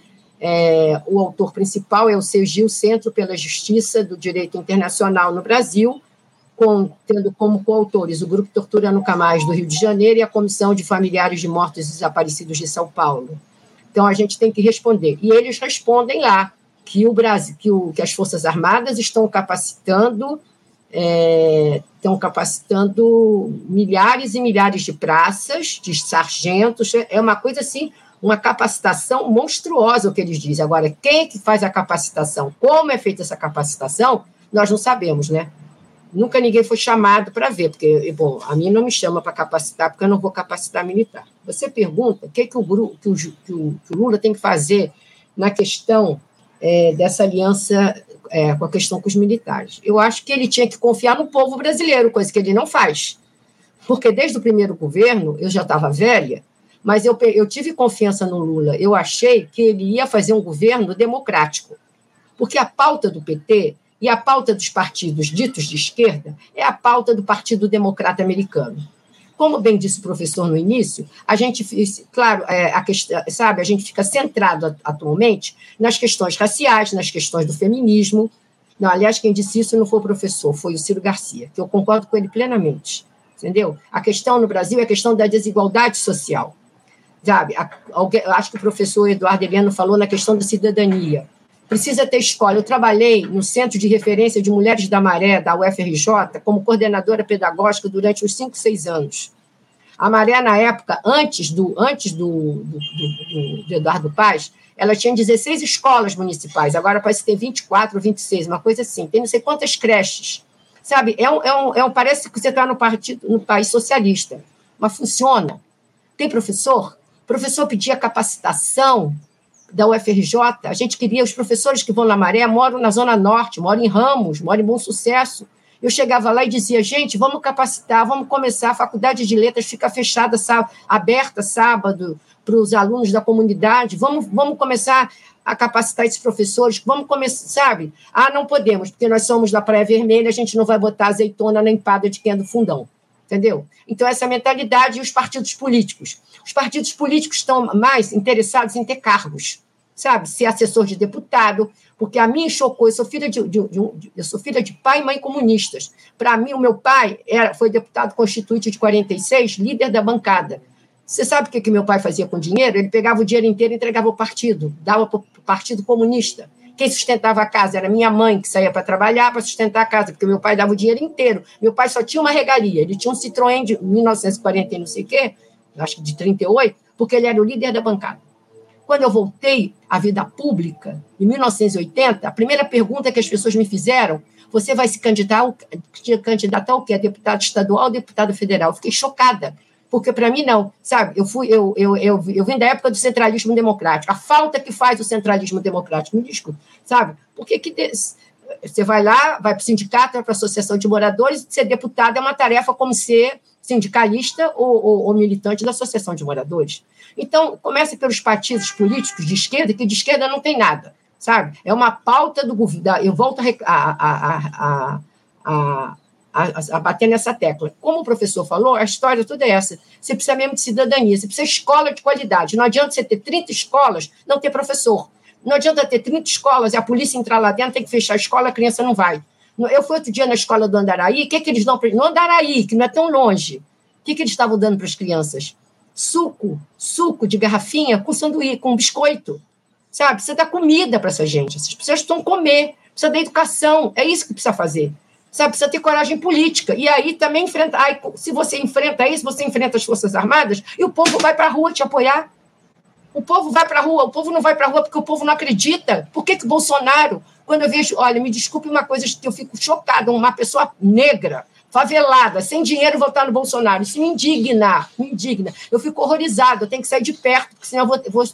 [SPEAKER 3] é, o autor principal é o CEGIL, Centro pela Justiça do Direito Internacional no Brasil, com, tendo como coautores o Grupo Tortura Nunca Mais do Rio de Janeiro e a Comissão de Familiares de Mortos e Desaparecidos de São Paulo. Então, a gente tem que responder. E eles respondem lá que, o Brasil, que, o, que as Forças Armadas estão capacitando É, estão capacitando milhares e milhares de praças, de sargentos, é uma coisa assim, uma capacitação monstruosa o que eles dizem. Agora, quem é que faz a capacitação? Como é feita essa capacitação? Nós não sabemos, né? Nunca ninguém foi chamado para ver, porque, bom, a mim não me chama para capacitar, porque eu não vou capacitar militar. Você pergunta o que, que, o, que, o, que, o, que o Lula tem que fazer na questão é, dessa aliança É, com a questão com os militares. Eu acho que ele tinha que confiar no povo brasileiro, coisa que ele não faz. Porque desde o primeiro governo, eu já estava velha, mas eu, eu tive confiança no Lula. Eu achei que ele ia fazer um governo democrático. Porque a pauta do P T e a pauta dos partidos ditos de esquerda é a pauta do Partido Democrata Americano. Como bem disse o professor no início, a gente, claro, é, a questão, sabe, a gente fica centrado atualmente nas questões raciais, nas questões do feminismo. Não, aliás, quem disse isso não foi o professor, foi o Ciro Garcia, que eu concordo com ele plenamente, entendeu? A questão no Brasil é a questão da desigualdade social, sabe? A, a, acho que o professor Eduardo Heleno falou na questão da cidadania. Precisa ter escola. Eu trabalhei no Centro de Referência de Mulheres da Maré, da U F R J, como coordenadora pedagógica durante uns cinco, seis anos. A Maré, na época, antes do, antes do, do, do, do Eduardo Paes, ela tinha dezesseis escolas municipais, agora parece que tem vinte e quatro, vinte e seis, uma coisa assim, tem não sei quantas creches. Sabe, é um, é um, é um, parece que você está no, partido, no país socialista, mas funciona. Tem professor? O professor pedia capacitação da U F R J, a gente queria, os professores que vão na Maré moram na Zona Norte, moram em Ramos, moram em Bom Sucesso. Eu chegava lá e dizia, gente, vamos capacitar, vamos começar, a Faculdade de Letras fica fechada, sábado, aberta sábado para os alunos da comunidade, vamos, vamos começar a capacitar esses professores, vamos começar, sabe? Ah, não podemos, porque nós somos da Praia Vermelha, a gente não vai botar azeitona na empada de quem é do fundão, entendeu? Então, essa mentalidade e os partidos políticos. Os partidos políticos estão mais interessados em ter cargos, sabe? Ser assessor de deputado, porque a mim chocou, eu sou filha de, de, de, de eu sou filha de pai e mãe comunistas. Para mim, o meu pai era, foi deputado constituinte de quarenta e seis, líder da bancada. Você sabe o que, que meu pai fazia com o dinheiro? Ele pegava o dinheiro inteiro e entregava ao partido, dava para o Partido Comunista. Quem sustentava a casa era minha mãe, que saía para trabalhar para sustentar a casa, porque meu pai dava o dinheiro inteiro. Meu pai só tinha uma regalia, ele tinha um Citroën de mil novecentos e quarenta e não sei o quê, acho que de trinta e oito, porque ele era o líder da bancada. Quando eu voltei à vida pública, em mil novecentos e oitenta, a primeira pergunta que as pessoas me fizeram, você vai se candidatar, candidatar ao quê? A deputado estadual ou deputado federal? Eu fiquei chocada, porque para mim não, sabe? Eu, fui, eu, eu, eu, eu vim da época do centralismo democrático, a falta que faz o centralismo democrático, me desculpe, sabe? Porque que você vai lá, vai para o sindicato, vai para a associação de moradores, ser deputado é uma tarefa como ser sindicalista ou, ou, ou militante da associação de moradores. Então, começa pelos partidos políticos de esquerda, que de esquerda não tem nada, sabe? É uma pauta do governo. Eu volto a, a, a, a, a, a bater nessa tecla. Como o professor falou, a história toda é essa. Você precisa mesmo de cidadania, você precisa de escola de qualidade. Não adianta você ter trinta escolas, não ter professor. Não adianta ter trinta escolas e a polícia entrar lá dentro, tem que fechar a escola, a criança não vai. Eu fui outro dia na escola do Andaraí, o que, que eles dão para eles? No Andaraí, que não é tão longe. O que, que eles estavam dando para as crianças? Suco, suco de garrafinha com sanduíche, com biscoito. Sabe? Precisa dar comida para essa gente. Essas pessoas precisam comer, precisa dar educação. É isso que precisa fazer. Sabe? Precisa ter coragem política. E aí também enfrenta. Aí, se você enfrenta isso, você enfrenta as Forças Armadas e o povo vai para a rua te apoiar. O povo vai para a rua, o povo não vai para a rua porque o povo não acredita. Por que que o Bolsonaro, quando eu vejo, olha, me desculpe uma coisa que eu fico chocada, uma pessoa negra, favelada, sem dinheiro, votar no Bolsonaro. Isso me indigna, me indigna. Eu fico horrorizada, eu tenho que sair de perto, porque senão eu vou... vou...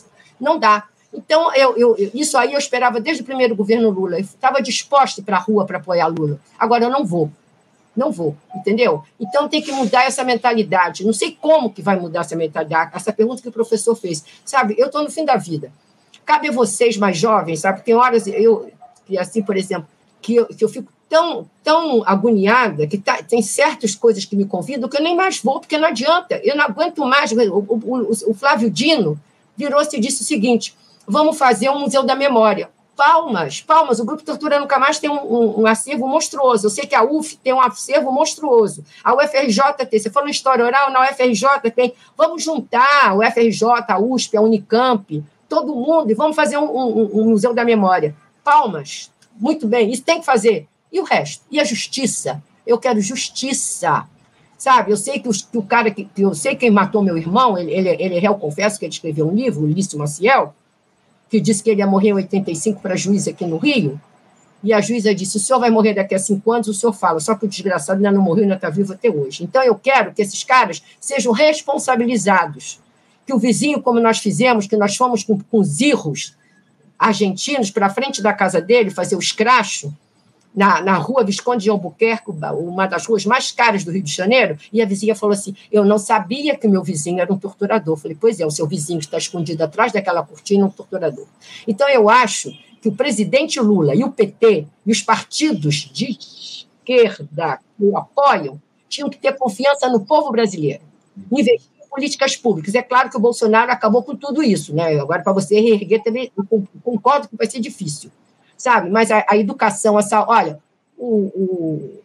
[SPEAKER 3] Não dá. Então, eu, eu, isso aí eu esperava desde o primeiro governo Lula. Eu estava disposta para a rua para apoiar Lula. Agora eu não vou. Não vou, entendeu? Então tem que mudar essa mentalidade. Não sei como que vai mudar essa mentalidade. Essa pergunta que o professor fez. Sabe, eu estou no fim da vida. Cabe a vocês mais jovens, sabe? Tem horas, eu, assim, por exemplo, que eu, que eu fico tão, tão agoniada, que tá, tem certas coisas que me convidam que eu nem mais vou, porque não adianta. Eu não aguento mais. O, o, o, o Flávio Dino virou-se e disse o seguinte, vamos fazer um Museu da Memória. Palmas, palmas. O Grupo Tortura Nunca Mais tem um, um, um acervo monstruoso. Eu sei que a U F tem um acervo monstruoso. A U F R J tem. Você falou em história oral, na U F R J tem. Vamos juntar a U F R J, a U S P, a Unicamp, todo mundo, e vamos fazer um, um, um Museu da Memória. Palmas. Muito bem, isso tem que fazer. E o resto? E a justiça? Eu quero justiça. Sabe, eu sei que, os, que o cara, que, que eu sei quem matou meu irmão, ele, ele, ele é réu, confesso que ele escreveu um livro, Ulício Maciel, que disse que ele ia morrer em oitenta e cinco para a juíza aqui no Rio, e a juíza disse, o senhor vai morrer daqui a cinco anos, o senhor fala, só que o desgraçado ainda não morreu, ainda está vivo até hoje. Então, eu quero que esses caras sejam responsabilizados, que o vizinho, como nós fizemos, que nós fomos com, com os irros argentinos para a frente da casa dele, fazer o escracho, na, na rua Visconde de Albuquerque, uma das ruas mais caras do Rio de Janeiro, e a vizinha falou assim, eu não sabia que o meu vizinho era um torturador. Eu falei, pois é, o seu vizinho que está escondido atrás daquela cortina é um torturador. Então, eu acho que o presidente Lula e o P T e os partidos de esquerda que o apoiam tinham que ter confiança no povo brasileiro, investir em políticas públicas. É claro que o Bolsonaro acabou com tudo isso, né? Agora, para você reerguer, também, eu concordo que vai ser difícil. Sabe? Mas a, a educação, essa, olha, o, o,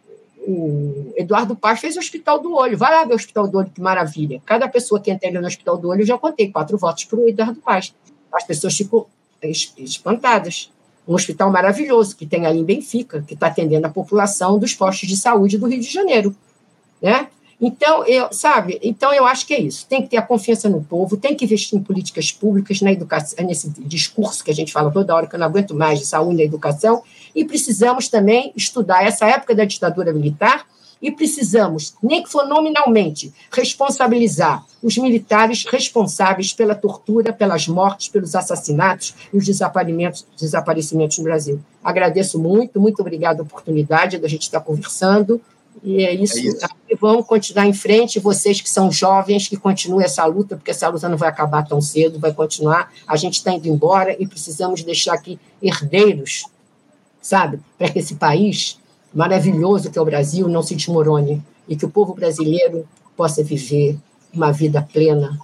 [SPEAKER 3] o Eduardo Paes fez o Hospital do Olho. Vai lá ver o Hospital do Olho, que maravilha. Cada pessoa que entra no Hospital do Olho, eu já contei quatro votos para o Eduardo Paes. As pessoas ficam espantadas. Um hospital maravilhoso que tem ali em Benfica, que está atendendo a população dos postos de saúde do Rio de Janeiro. Né? Então, eu, sabe? Então, eu acho que é isso. Tem que ter a confiança no povo, tem que investir em políticas públicas, na educação, nesse discurso que a gente fala toda hora, que eu não aguento mais, de saúde e educação, e precisamos também estudar essa época da ditadura militar, e precisamos, nem que for nominalmente, responsabilizar os militares responsáveis pela tortura, pelas mortes, pelos assassinatos e os desaparecimentos, desaparecimentos no Brasil. Agradeço muito, muito obrigada a oportunidade da gente estar conversando, e é isso. É isso. Vamos continuar em frente, vocês que são jovens, que continuem essa luta, porque essa luta não vai acabar tão cedo, vai continuar, a gente está indo embora e precisamos deixar aqui herdeiros, sabe, para que esse país maravilhoso que é o Brasil não se desmorone e que o povo brasileiro possa viver uma vida plena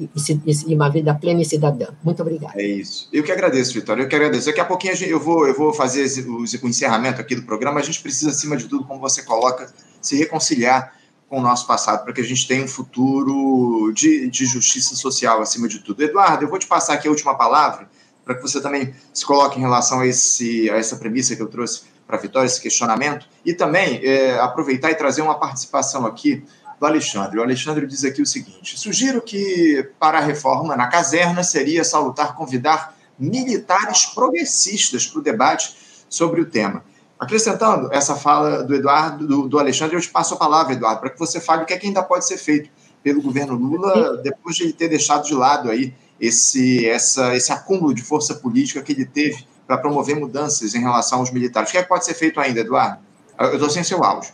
[SPEAKER 3] e uma vida plena e cidadã. Muito obrigada.
[SPEAKER 1] É isso. Eu que agradeço, Vitória, eu que agradeço. Daqui a pouquinho eu vou, eu vou fazer o encerramento aqui do programa. A gente precisa, acima de tudo, como você coloca, se reconciliar com o nosso passado, para que a gente tenha um futuro de, de justiça social, acima de tudo. Eduardo, eu vou te passar aqui a última palavra, para que você também se coloque em relação a, esse, a essa premissa que eu trouxe para a Vitória, esse questionamento, e também é, aproveitar e trazer uma participação aqui do Alexandre. O Alexandre diz aqui o seguinte: sugiro que, para a reforma na caserna, seria salutar convidar militares progressistas para o debate sobre o tema. Acrescentando essa fala do Eduardo, do, do Alexandre, eu te passo a palavra, Eduardo, para que você fale o que é que ainda pode ser feito pelo governo Lula, depois de ele ter deixado de lado aí esse, essa, esse acúmulo de força política que ele teve para promover mudanças em relação aos militares. O que é que pode ser feito ainda, Eduardo? Eu estou sem seu áudio.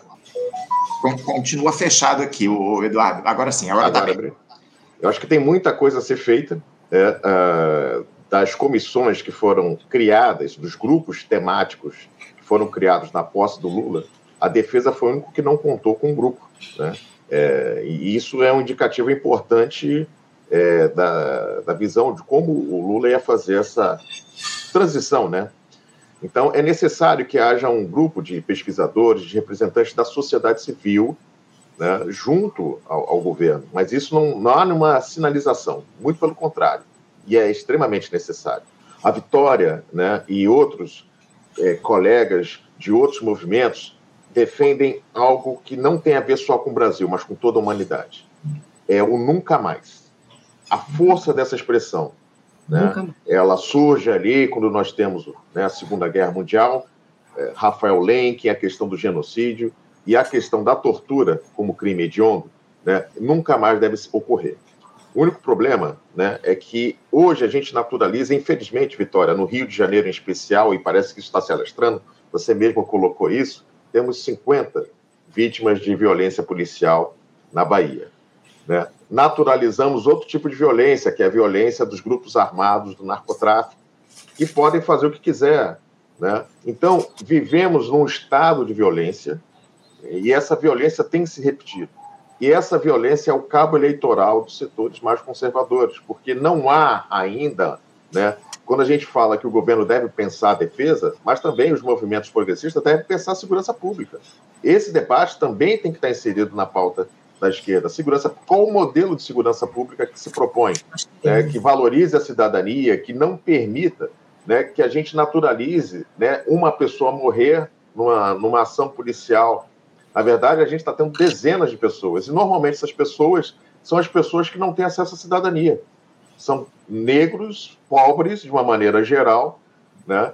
[SPEAKER 1] Continua fechado aqui, o Eduardo. Agora sim, agora está bem.
[SPEAKER 4] Eu acho que tem muita coisa a ser feita, é, uh, das comissões que foram criadas, dos grupos temáticos que foram criados na posse do Lula. A defesa foi o único que não contou com um grupo, né? É, e isso é um indicativo importante é, da, da visão de como o Lula ia fazer essa transição, né? Então, é necessário que haja um grupo de pesquisadores, de representantes da sociedade civil, né, junto ao, ao governo. Mas isso não, não há nenhuma sinalização, muito pelo contrário, e é extremamente necessário. A Vitória, né, e outros é, colegas de outros movimentos defendem algo que não tem a ver só com o Brasil, mas com toda a humanidade. É o nunca mais. A força dessa expressão, né? Ela surge ali quando nós temos, né, a Segunda Guerra Mundial, é, Rafael Lenk, a questão do genocídio e a questão da tortura como crime hediondo, né, nunca mais deve ocorrer. O único problema, né, é que hoje a gente naturaliza, infelizmente, Vitória, no Rio de Janeiro em especial, e parece que isso está se alastrando, você mesmo colocou isso, temos cinquenta vítimas de violência policial na Bahia, né? Naturalizamos outro tipo de violência, que é a violência dos grupos armados do narcotráfico, que podem fazer o que quiser, né? Então, vivemos num estado de violência, e essa violência tem que se repetir. E essa violência é o cabo eleitoral dos setores mais conservadores, porque não há ainda, né, quando a gente fala que o governo deve pensar a defesa, mas também os movimentos progressistas devem pensar a segurança pública. Esse debate também tem que estar inserido na pauta da esquerda. Segurança, qual o modelo de segurança pública que se propõe, né, que valorize a cidadania, que não permita, né, que a gente naturalize, né, uma pessoa morrer numa, numa ação policial. Na verdade, a gente está tendo dezenas de pessoas, e normalmente essas pessoas são as pessoas que não têm acesso à cidadania. São negros, pobres, de uma maneira geral, né,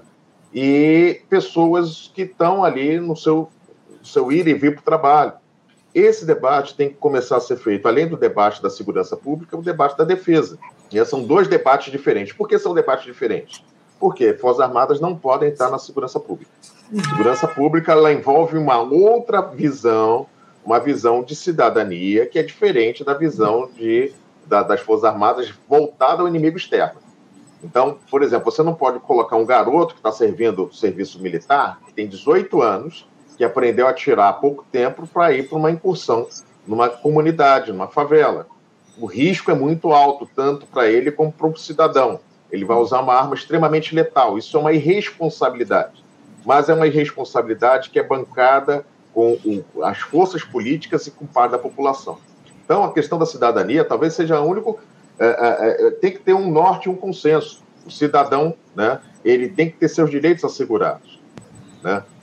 [SPEAKER 4] e pessoas que estão ali no seu, seu ir e vir para o trabalho. Esse debate tem que começar a ser feito, além do debate da segurança pública, o debate da defesa. E são dois debates diferentes. Por que são debates diferentes? Porque Forças Armadas não podem estar na segurança pública. A segurança pública, ela envolve uma outra visão, uma visão de cidadania, que é diferente da visão de, da, das Forças Armadas voltada ao inimigo externo. Então, por exemplo, você não pode colocar um garoto que está servindo serviço militar, que tem dezoito anos, que aprendeu a atirar há pouco tempo para ir para uma incursão numa comunidade, numa favela. O risco é muito alto, tanto para ele como para o cidadão. Ele vai usar uma arma extremamente letal. Isso é uma irresponsabilidade. Mas é uma irresponsabilidade que é bancada com o, as forças políticas e com parte da população. Então, a questão da cidadania talvez seja o único... É, é, é, tem que ter um norte e um consenso. O cidadão, né, ele tem que ter seus direitos assegurados, né?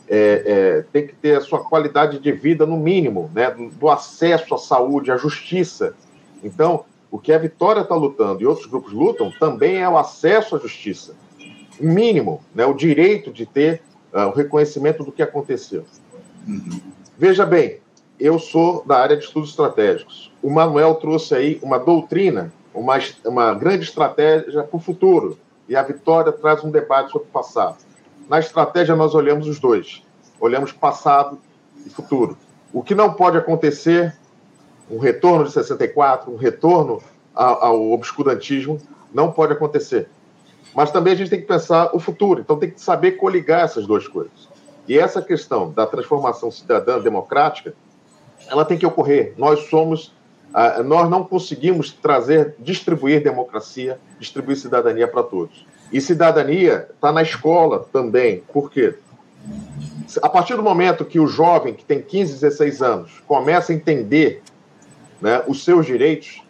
[SPEAKER 4] é, é, tem que ter a sua qualidade de vida no mínimo, né? do, do acesso à saúde, à justiça. Então, o que a Vitória está lutando e outros grupos lutam também é o acesso à justiça. O mínimo, né? O direito de ter uh, o reconhecimento do que aconteceu. Uhum. Veja bem, eu sou da área de estudos estratégicos. O Manuel trouxe aí uma doutrina, uma, uma grande estratégia para o futuro. E a Vitória traz um debate sobre o passado. Na estratégia, nós olhamos os dois. Olhamos passado e futuro. O que não pode acontecer, um retorno de sessenta e quatro, um retorno ao, ao obscurantismo, não pode acontecer. Mas também a gente tem que pensar o futuro. Então tem que saber coligar essas duas coisas. E essa questão da transformação cidadã democrática, ela tem que ocorrer. Nós somos... Uh, nós não conseguimos trazer, distribuir democracia, distribuir cidadania para todos. E cidadania está na escola também. Por quê? A partir do momento que o jovem, que tem quinze, dezesseis anos, começa a entender, né, os seus direitos,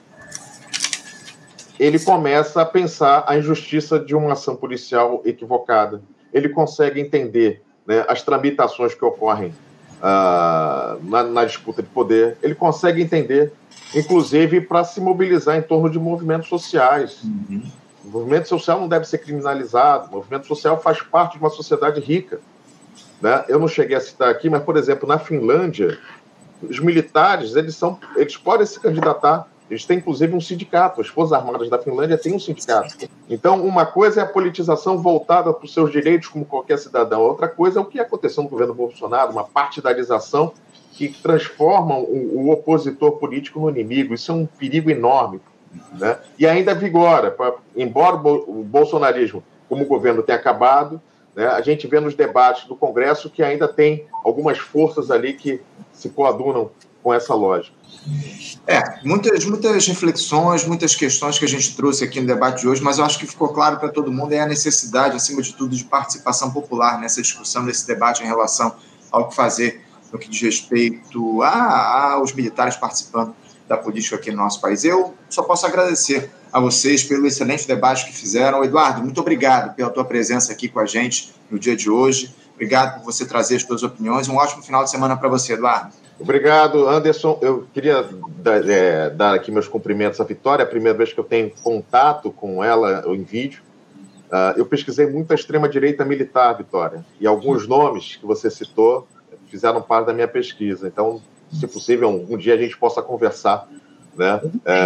[SPEAKER 4] ele começa a pensar a injustiça de uma ação policial equivocada. Ele consegue entender, né, as tramitações que ocorrem uh, na, na disputa de poder. Ele consegue entender, inclusive, para se mobilizar em torno de movimentos sociais. Uhum. O movimento social não deve ser criminalizado. O movimento social faz parte de uma sociedade rica, né? Eu não cheguei a citar aqui, mas, por exemplo, na Finlândia, os militares, eles, são, eles podem se candidatar. Eles têm, inclusive, um sindicato. As Forças Armadas da Finlândia têm um sindicato. Então, uma coisa é a politização voltada para os seus direitos como qualquer cidadão. Outra coisa é o que aconteceu no governo Bolsonaro, uma partidarização que transforma o, o opositor político no inimigo. Isso é um perigo enorme, né? E ainda vigora. Pra, embora o bolsonarismo, como governo, tenha acabado, né, a gente vê nos debates do Congresso que ainda tem algumas forças ali que se coadunam com essa lógica.
[SPEAKER 1] É, muitas, muitas reflexões, muitas questões que a gente trouxe aqui no debate de hoje, mas eu acho que ficou claro para todo mundo é a necessidade, acima de tudo, de participação popular nessa discussão, nesse debate em relação ao que fazer no que diz respeito a, aos militares participando da política aqui no nosso país. Eu só posso agradecer a vocês pelo excelente debate que fizeram. Eduardo, muito obrigado pela tua presença aqui com a gente no dia de hoje. Obrigado por você trazer as tuas opiniões. Um ótimo final de semana para você, Eduardo.
[SPEAKER 4] Obrigado, Anderson. Eu queria dar, é, dar aqui meus cumprimentos à Vitória. É a primeira vez que eu tenho contato com ela em vídeo. Uh, eu pesquisei muito a extrema-direita militar, Vitória, e alguns nomes que você citou fizeram parte da minha pesquisa. Então, se possível, um, um dia a gente possa conversar, né,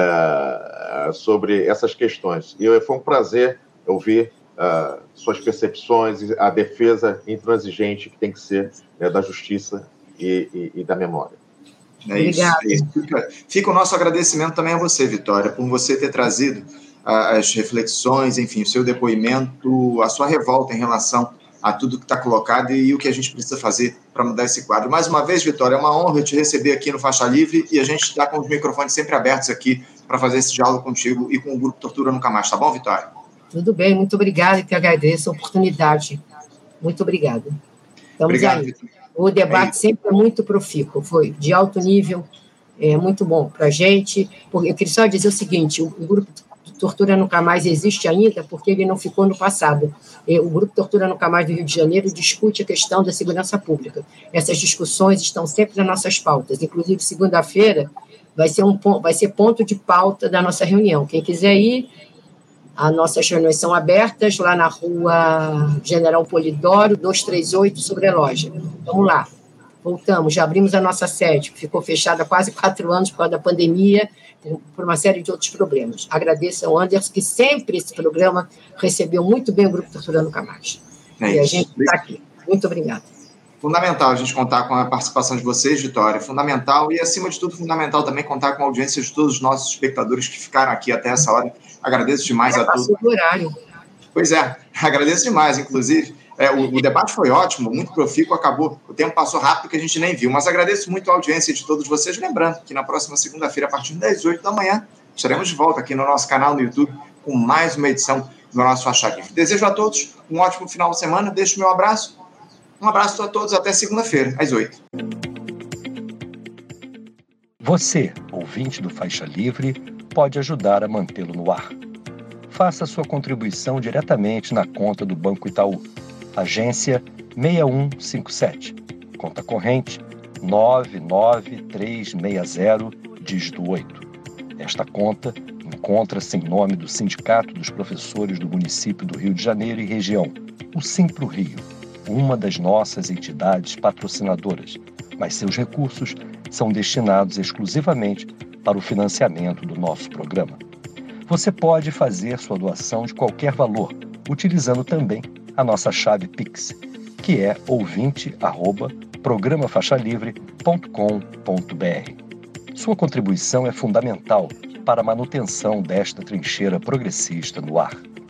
[SPEAKER 4] é, sobre essas questões. E foi um prazer ouvir uh, suas percepções e a defesa intransigente que tem que ser, né, da justiça e, e, e da memória.
[SPEAKER 1] É isso, é isso. Fica, fica o nosso agradecimento também a você, Vitória, por você ter trazido uh, as reflexões, enfim, o seu depoimento, a sua revolta em relação a tudo que está colocado e o que a gente precisa fazer para mudar esse quadro. Mais uma vez, Vitória, é uma honra te receber aqui no Faixa Livre e a gente está com os microfones sempre abertos aqui para fazer esse diálogo contigo e com o Grupo Tortura Nunca Mais. Tá bom, Vitória?
[SPEAKER 3] Tudo bem, muito obrigada e te agradeço a oportunidade. Muito obrigada. Estamos Obrigado, aí. Vitória. O debate é sempre é muito profícuo, foi de alto nível, é muito bom para a gente. Eu queria só dizer o seguinte, o Grupo Tortura Nunca Mais existe ainda porque ele não ficou no passado. O Grupo Tortura Nunca Mais do Rio de Janeiro discute a questão da segurança pública. Essas discussões estão sempre nas nossas pautas. Inclusive, segunda-feira vai ser, um, vai ser ponto de pauta da nossa reunião. Quem quiser ir, as nossas reuniões são abertas lá na rua General Polidoro, duzentos e trinta e oito, sobre a loja. Vamos lá. Voltamos, já abrimos a nossa sede, ficou fechada há quase quatro anos por causa da pandemia, por uma série de outros problemas. Agradeço ao Anderson, que sempre esse programa recebeu muito bem o Grupo Tortura Nunca Mais. É e a gente está aqui. Muito obrigada.
[SPEAKER 1] Fundamental a gente contar com a participação de vocês, Vitória, fundamental, e acima de tudo, fundamental também contar com a audiência de todos os nossos espectadores que ficaram aqui até essa hora. Agradeço demais é, a todos.
[SPEAKER 3] O horário.
[SPEAKER 1] Pois é, agradeço demais, inclusive. É, o, o debate foi ótimo, muito profícuo, acabou. O tempo passou rápido que a gente nem viu, mas agradeço muito a audiência de todos vocês. Lembrando que na próxima segunda-feira, a partir das oito da manhã, estaremos de volta aqui no nosso canal no YouTube com mais uma edição do nosso Faixa Livre. Desejo a todos um ótimo final de semana, deixo o meu abraço. Um abraço a todos, até segunda-feira, às oito.
[SPEAKER 5] Você, ouvinte do Faixa Livre, pode ajudar a mantê-lo no ar. Faça sua contribuição diretamente na conta do Banco Itaú. Agência seis um cinco sete. Conta corrente nove nove três seis zero, dígito oito. Esta conta encontra-se em nome do Sindicato dos Professores do Município do Rio de Janeiro e Região, o Simpro Rio, uma das nossas entidades patrocinadoras, mas seus recursos são destinados exclusivamente para o financiamento do nosso programa. Você pode fazer sua doação de qualquer valor, utilizando também a nossa chave Pix, que é ouvinte arroba programa faixa livre ponto com ponto br. Sua contribuição é fundamental para a manutenção desta trincheira progressista no ar.